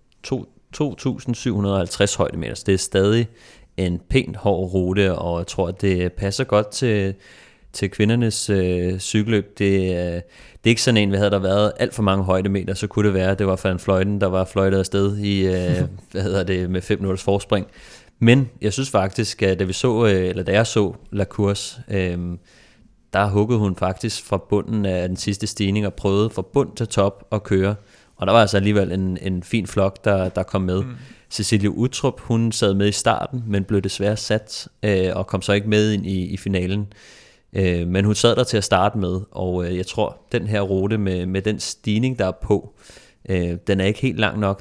2.750 højdemeter. Så det er stadig en pænt hård rute, og jeg tror, at det passer godt til kvindernes cykelløb. Det er ikke sådan en, der været alt for mange højdemeter, så kunne det være, at det var Van Vleuten, der var fløjtet afsted i med 5 minutters forspring. Men jeg synes faktisk, at da jeg så La Course, der huggede hun faktisk fra bunden af den sidste stigning og prøvede fra bund til top at køre. Og der var altså alligevel en fin flok, der kom med. Cecilie Uttrup, hun sad med i starten, men blev desværre sat og kom så ikke med ind i finalen. Men hun sad der til at starte med, og jeg tror, den her rute med den stigning, der er på, den er ikke helt lang nok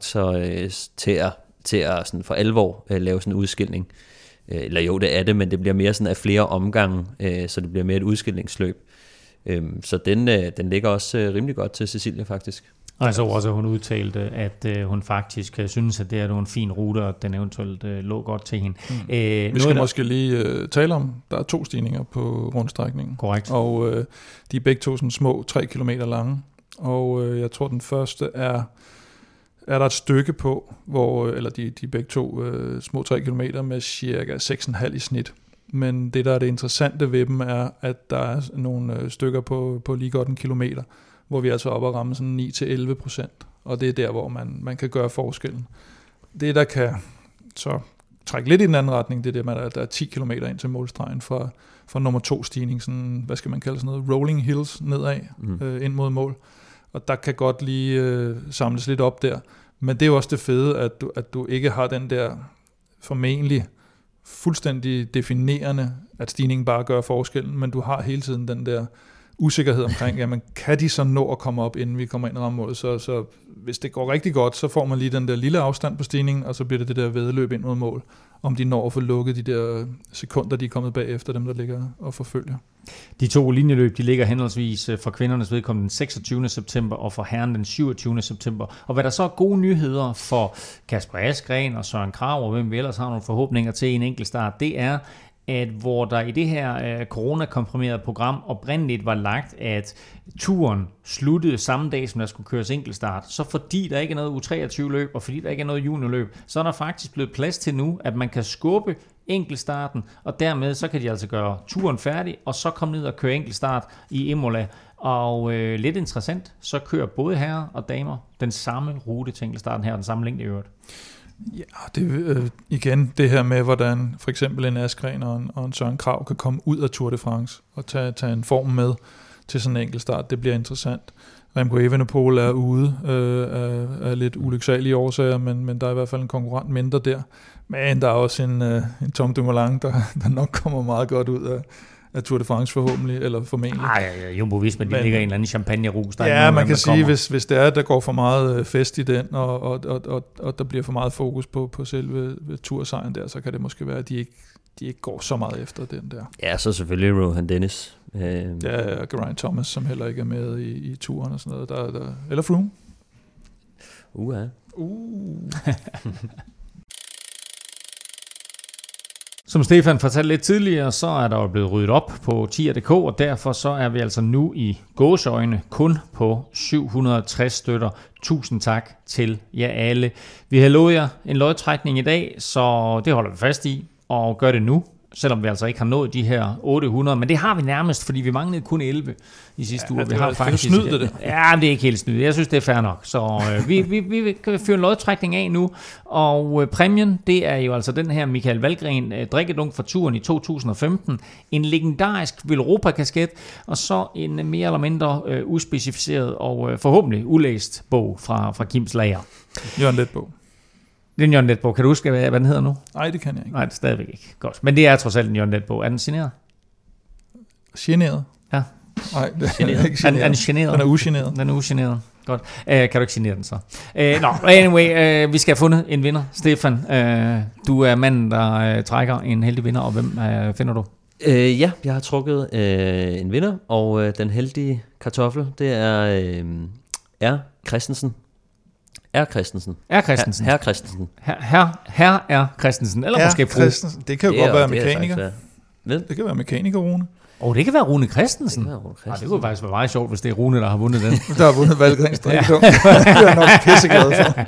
til at sådan for alvor lave sådan en udskilning. Eller jo, det er det, men det bliver mere sådan af flere omgange, så det bliver mere et udskillingsløb. Så den ligger også rimelig godt til Cecilie faktisk. Og jeg så også, at hun udtalte, at hun faktisk synes, at det er en fin rute, og den eventuelt lå godt til hende. Vi skal måske lige tale om, der er 2 stigninger på rundstrækningen. Korrekt. Og de er begge to sådan små 3 kilometer lange. Og jeg tror, den første er der et stykke på, eller de er begge to små 3 kilometer med cirka 6,5 i snit. Men det, der er det interessante ved dem, er, at der er nogle stykker på lige godt 1 kilometer, hvor vi altså er oppe at ramme sådan 9-11%. Og det er der, hvor man kan gøre forskellen. Det, der kan så trække lidt i den anden retning, det er det, at der er 10 kilometer ind til målstregen fra nummer 2 stigning, sådan, hvad skal man kalde sådan noget, rolling hills nedad, ind mod mål. Og der kan godt lige samles lidt op der. Men det er jo også det fede, at du ikke har den der formentlig fuldstændig definerende, at stigningen bare gør forskellen, men du har hele tiden den der usikkerhed omkring, jamen kan de så nå at komme op, inden vi kommer ind i rammemålet? Så hvis det går rigtig godt, så får man lige den der lille afstand på stigningen, og så bliver det der væddeløb ind mod mål, om de når at få lukket de der sekunder, de er kommet bagefter dem, der ligger og forfølger. De 2 linjeløb, de ligger henholdsvis for kvindernes vedkommende den 26. september og for herren den 27. september. Og hvad der så er gode nyheder for Kasper Asgreen og Søren Kragh, og hvem vi ellers har nogle forhåbninger til en enkelt start, det er, at hvor der i det her coronakomprimerede program oprindeligt var lagt, at turen sluttede samme dag, som der skulle køres enkeltstart, så fordi der ikke er noget U23-løb, og fordi der ikke er noget juniorløb, så er der faktisk blevet plads til nu, at man kan skubbe enkeltstarten, og dermed så kan de altså gøre turen færdig, og så komme ned og køre enkeltstart i Imola. Og lidt interessant, så kører både herrer og damer den samme rute til enkeltstarten her, den samme længde i øvrigt. Ja, det igen det her med, hvordan for eksempel en Asgreen og en Søren Kragh kan komme ud af Tour de France og tage en form med til sådan en enkelt start. Det bliver interessant. Remco Evenepoel er ude af lidt ulyksalige årsager, men der er i hvert fald en konkurrent mindre der. Men der er også en Tom Dumoulin, der nok kommer meget godt ud af Tour de France forhåbentlig, eller formentlig. Jumbo-Visma, de ligger en eller anden champagne-rus. Ja, man kan sige, hvis det er, at der går for meget fest i den, og der bliver for meget fokus på selve tursejren der, så kan det måske være, at de ikke går så meget efter den der. Ja, så selvfølgelig Rohan Dennis. Ja, Geraint Thomas, som heller ikke er med i turen og sådan noget. Eller Froome. Ja. Som Stefan fortalte lidt tidligere, så er der jo blevet ryddet op på tier.dk, og derfor så er vi altså nu i gåseøjne kun på 760 støtter. Tusind tak til jer alle. Vi har lovet jer en lodtrækning i dag, så det holder vi fast i, og gør det nu. selvom vi altså ikke har nået de her 800, men det har vi nærmest, fordi vi manglede kun 11 i sidste uge. Vi har faktisk snydt det. Ja, men det er ikke helt snydt. Jeg synes, det er fair nok. Så vi kan fyre en lodtrækning af nu, og præmien, det er jo altså den her Michael Valgren drikkedunk fra turen i 2015, en legendarisk Velropa-kasket, og så en mere eller mindre uspecificeret og forhåbentlig ulæst bog fra Kims lager. Jørgen Letbog. Det er en Jørgen Letbog. Kan du huske, hvad den hedder nu? Nej, det kan jeg ikke. Nej, det er stadigvæk ikke. Godt. Men det er trods alt en Jørgen Letbog. Er den generet? Generet? Ja. Nej, det er ikke generet. Er den generet? Den er ugeneret. Den er ugeneret. Godt. Kan du ikke genere den så? Anyway, vi skal have fundet en vinder. Stefan, du er manden, der trækker en heldig vinder, og hvem finder du? Ja, jeg har trukket en vinder, og den heldige kartoffel, det er R. Christensen. R. Christensen. R. Christensen. Herr Christensen. Herr R. Christensen, eller måske fru. Christensen. Det kan jo godt være mekaniker. Det kan være mekaniker, Rune. Det kan være Rune Christensen. Det kunne faktisk være meget sjovt, hvis det er Rune, der har vundet den. Der har vundet Valgrens drikkedunk. Det er jeg nok pisseglad for.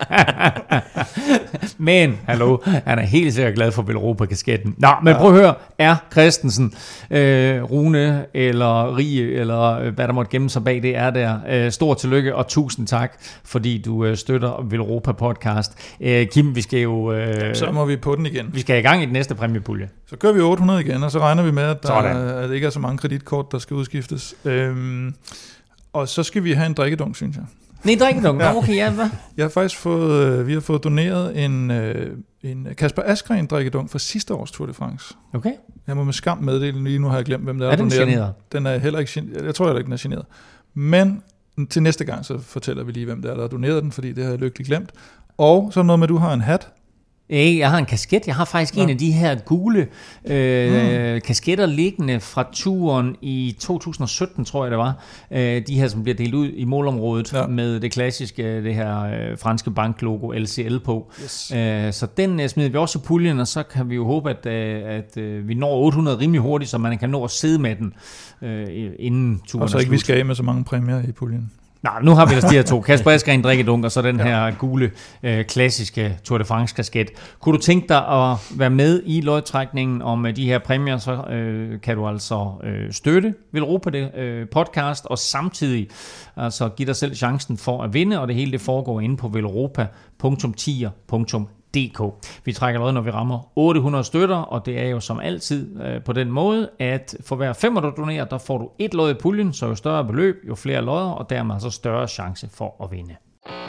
Men, hallo, han er helt sikkert glad for Velropa-kasketten. Nå, men prøv at høre, R. Christensen, Rune eller Rie, eller hvad der måtte gemme sig bag det er der. Stor tillykke, og tusind tak, fordi du støtter Velropa-podcast. Kim, vi skal jo... så må vi på den igen. Vi skal i gang i den næste præmiepulje. Så gør vi 800 igen, og så regner vi med, at der ikke er så mange kreditkort, der skal udskiftes. Og så skal vi have en drikkedunk, synes jeg. Nej, drikkedunk. Ja. Okay, ja, hvad? Jeg har faktisk vi har fået doneret en Kasper Askren drikkedunk fra sidste års Tour de France. Okay. Jeg må med skam meddele, lige nu har jeg glemt, hvem der er doneret. Er den generet? Den er heller ikke generet. Jeg tror heller ikke, den er generet. Men til næste gang, så fortæller vi lige, hvem der har doneret den, fordi det har jeg lykkeligt glemt. Og så noget med, at du har en hat. Jeg har en kasket. Jeg har faktisk en af de her gule kasketter liggende fra turen i 2017, tror jeg det var. De her, som bliver delt ud i målområdet med det klassiske, det her franske banklogo LCL på. Yes. Så den smider vi også i puljen, og så kan vi jo håbe, at vi når 800 rimelig hurtigt, så man kan nå at sidde med den inden turen. Og så ikke vi skal af med så mange præmier i puljen. Nej, nu har vi ellers de her to. Kasper Askren drikkedunk, og så den her gule, klassiske Tour de France-kasket. Kunne du tænke dig at være med i lodtrækningen om de her præmier, så kan du altså støtte Velropa podcast, og samtidig altså give dig selv chancen for at vinde, og det hele det foregår inde på velropa.tier.dk. Vi trækker lod, når vi rammer 800 støtter, og det er jo som altid på den måde, at for hver 5, du donerer, der får du et lod i puljen, så jo større beløb, jo flere lodder, og dermed så større chance for at vinde.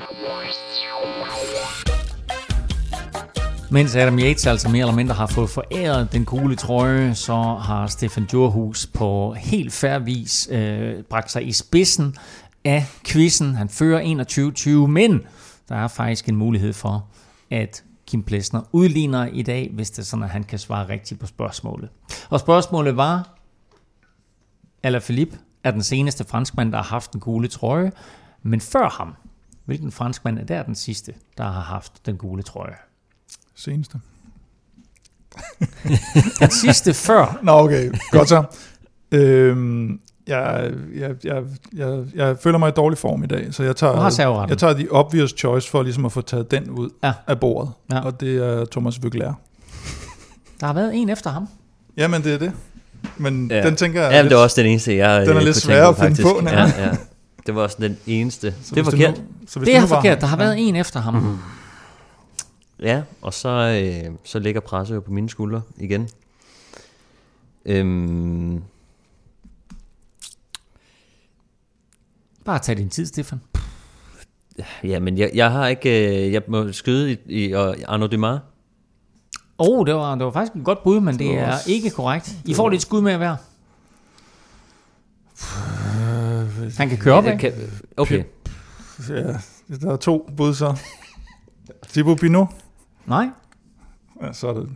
Mens Adam Yates altså mere eller mindre har fået foræret den gule trøje, så har Stefan Djurhus på helt fair vis bragt sig i spidsen af quizzen. Han fører 21-20, men der er faktisk en mulighed for, at Kim Plesner udligner i dag, hvis det er sådan, at han kan svare rigtigt på spørgsmålet. Og spørgsmålet var, Alaphilippe er den seneste franskmand, der har haft den gule trøje, men før ham, hvilken franskmand er der den sidste, der har haft den gule trøje? Seneste. Den sidste før? Nå, okay. Godt så. Jeg føler mig i dårlig form i dag, så jeg tager the obvious choice for ligesom at få taget den ud af bordet, og det er Thomas Voegelær. Der har været en efter ham. Jamen, det er det. Men den tænker jeg... Ja, det var også den eneste, jeg den er lidt svær at finde på. Ja. Det var også den eneste. Så det er forkert. Det er forkert. Der har været en efter ham. Mm-hmm. Ja, og så ligger presset jo på mine skuldre igen. Bare tag din tid, Stefan. Ja, men jeg har ikke... Jeg må skyde i Arnaud Démare. Det var faktisk et godt bud, men det er ikke korrekt. I får lidt skud med at være. Han kan køre op, ikke? Okay. Ja, der er 2 bud så. Thibaut Pinot? Nej. Ja, så er det.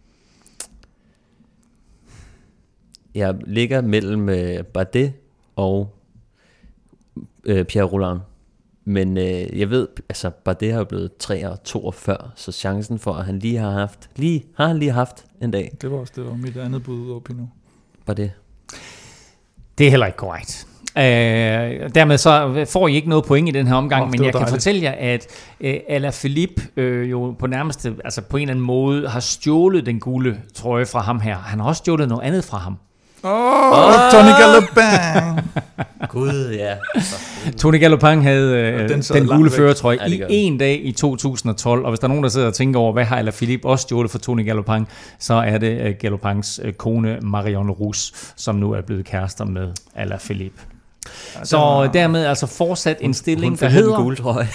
Jeg ligger mellem Bardet og Pierre Rolland. Men jeg ved, altså Bardet har jo blevet 42, så chancen for, at han lige har haft en dag. Det var mit andet bud over Pinot. Bardet. Det er heller ikke korrekt. Dermed så får I ikke noget point i den her omgang, men jeg kan fortælle jer, at Alaphilippe jo på nærmeste, altså på en eller anden måde, har stjålet den gule trøje fra ham her. Han har også stjålet noget andet fra ham. Tony Galopin! Gud, ja. Tony Galopin havde den gule førertrøje i en dag i 2012, og hvis der er nogen, der sidder og tænker over, hvad har Alaphilippe også stjålet for Tony Galopin, så er det Galopins kone Marion Rousse, som nu er blevet kærester med Alaphilippe. Så dermed altså fortsat en stilling, der hedder... Gule trøje.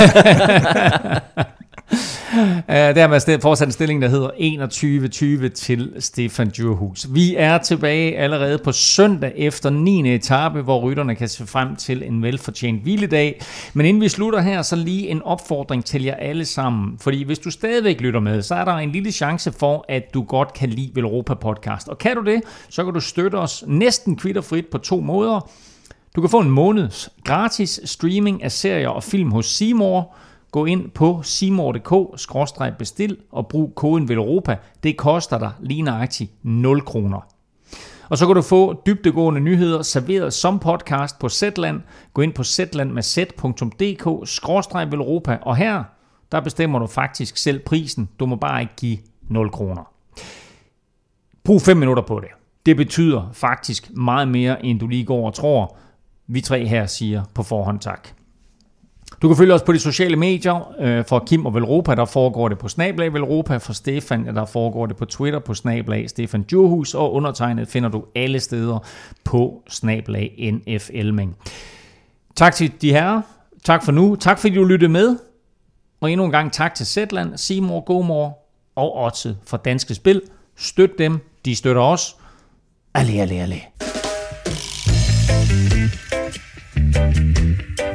Dermed fortsat en stilling, der hedder 21-20 til Stefan Djurhuus. Vi er tilbage allerede på søndag efter 9. etape, hvor rytterne kan se frem til en velfortjent hviledag. Men inden vi slutter her, så lige en opfordring til jer alle sammen. Fordi hvis du stadigvæk lytter med, så er der en lille chance for, at du godt kan lide Velropa Podcast. Og kan du det, så kan du støtte os næsten kvitterfrit på 2 måder. Du kan få en måneds gratis streaming af serier og film hos C More. Gå ind på cmore.dk/bestil og brug koden VELROPA. Det koster dig lige nøjagtigt 0 kroner. Og så kan du få dybdegående nyheder serveret som podcast på Zetland. Gå ind på zetland.dk/VELROPA. Og her, der bestemmer du faktisk selv prisen. Du må bare ikke give 0 kroner. Brug 5 minutter på det. Det betyder faktisk meget mere, end du lige går og tror. Vi 3 her siger på forhånd tak. Du kan følge os på de sociale medier. For Kim og Velropa, der foregår det på @Velropa. For Stefan, der foregår det på Twitter på @Stefan Djurhuus. Og undertegnet finder du alle steder på @NFLming. Tak til de herrer. Tak for nu. Tak fordi du lyttede med. Og endnu en gang tak til Zetland, C More, Go More og Odset for Danske Spil. Støt dem. De støtter os. Allez, allez, allez.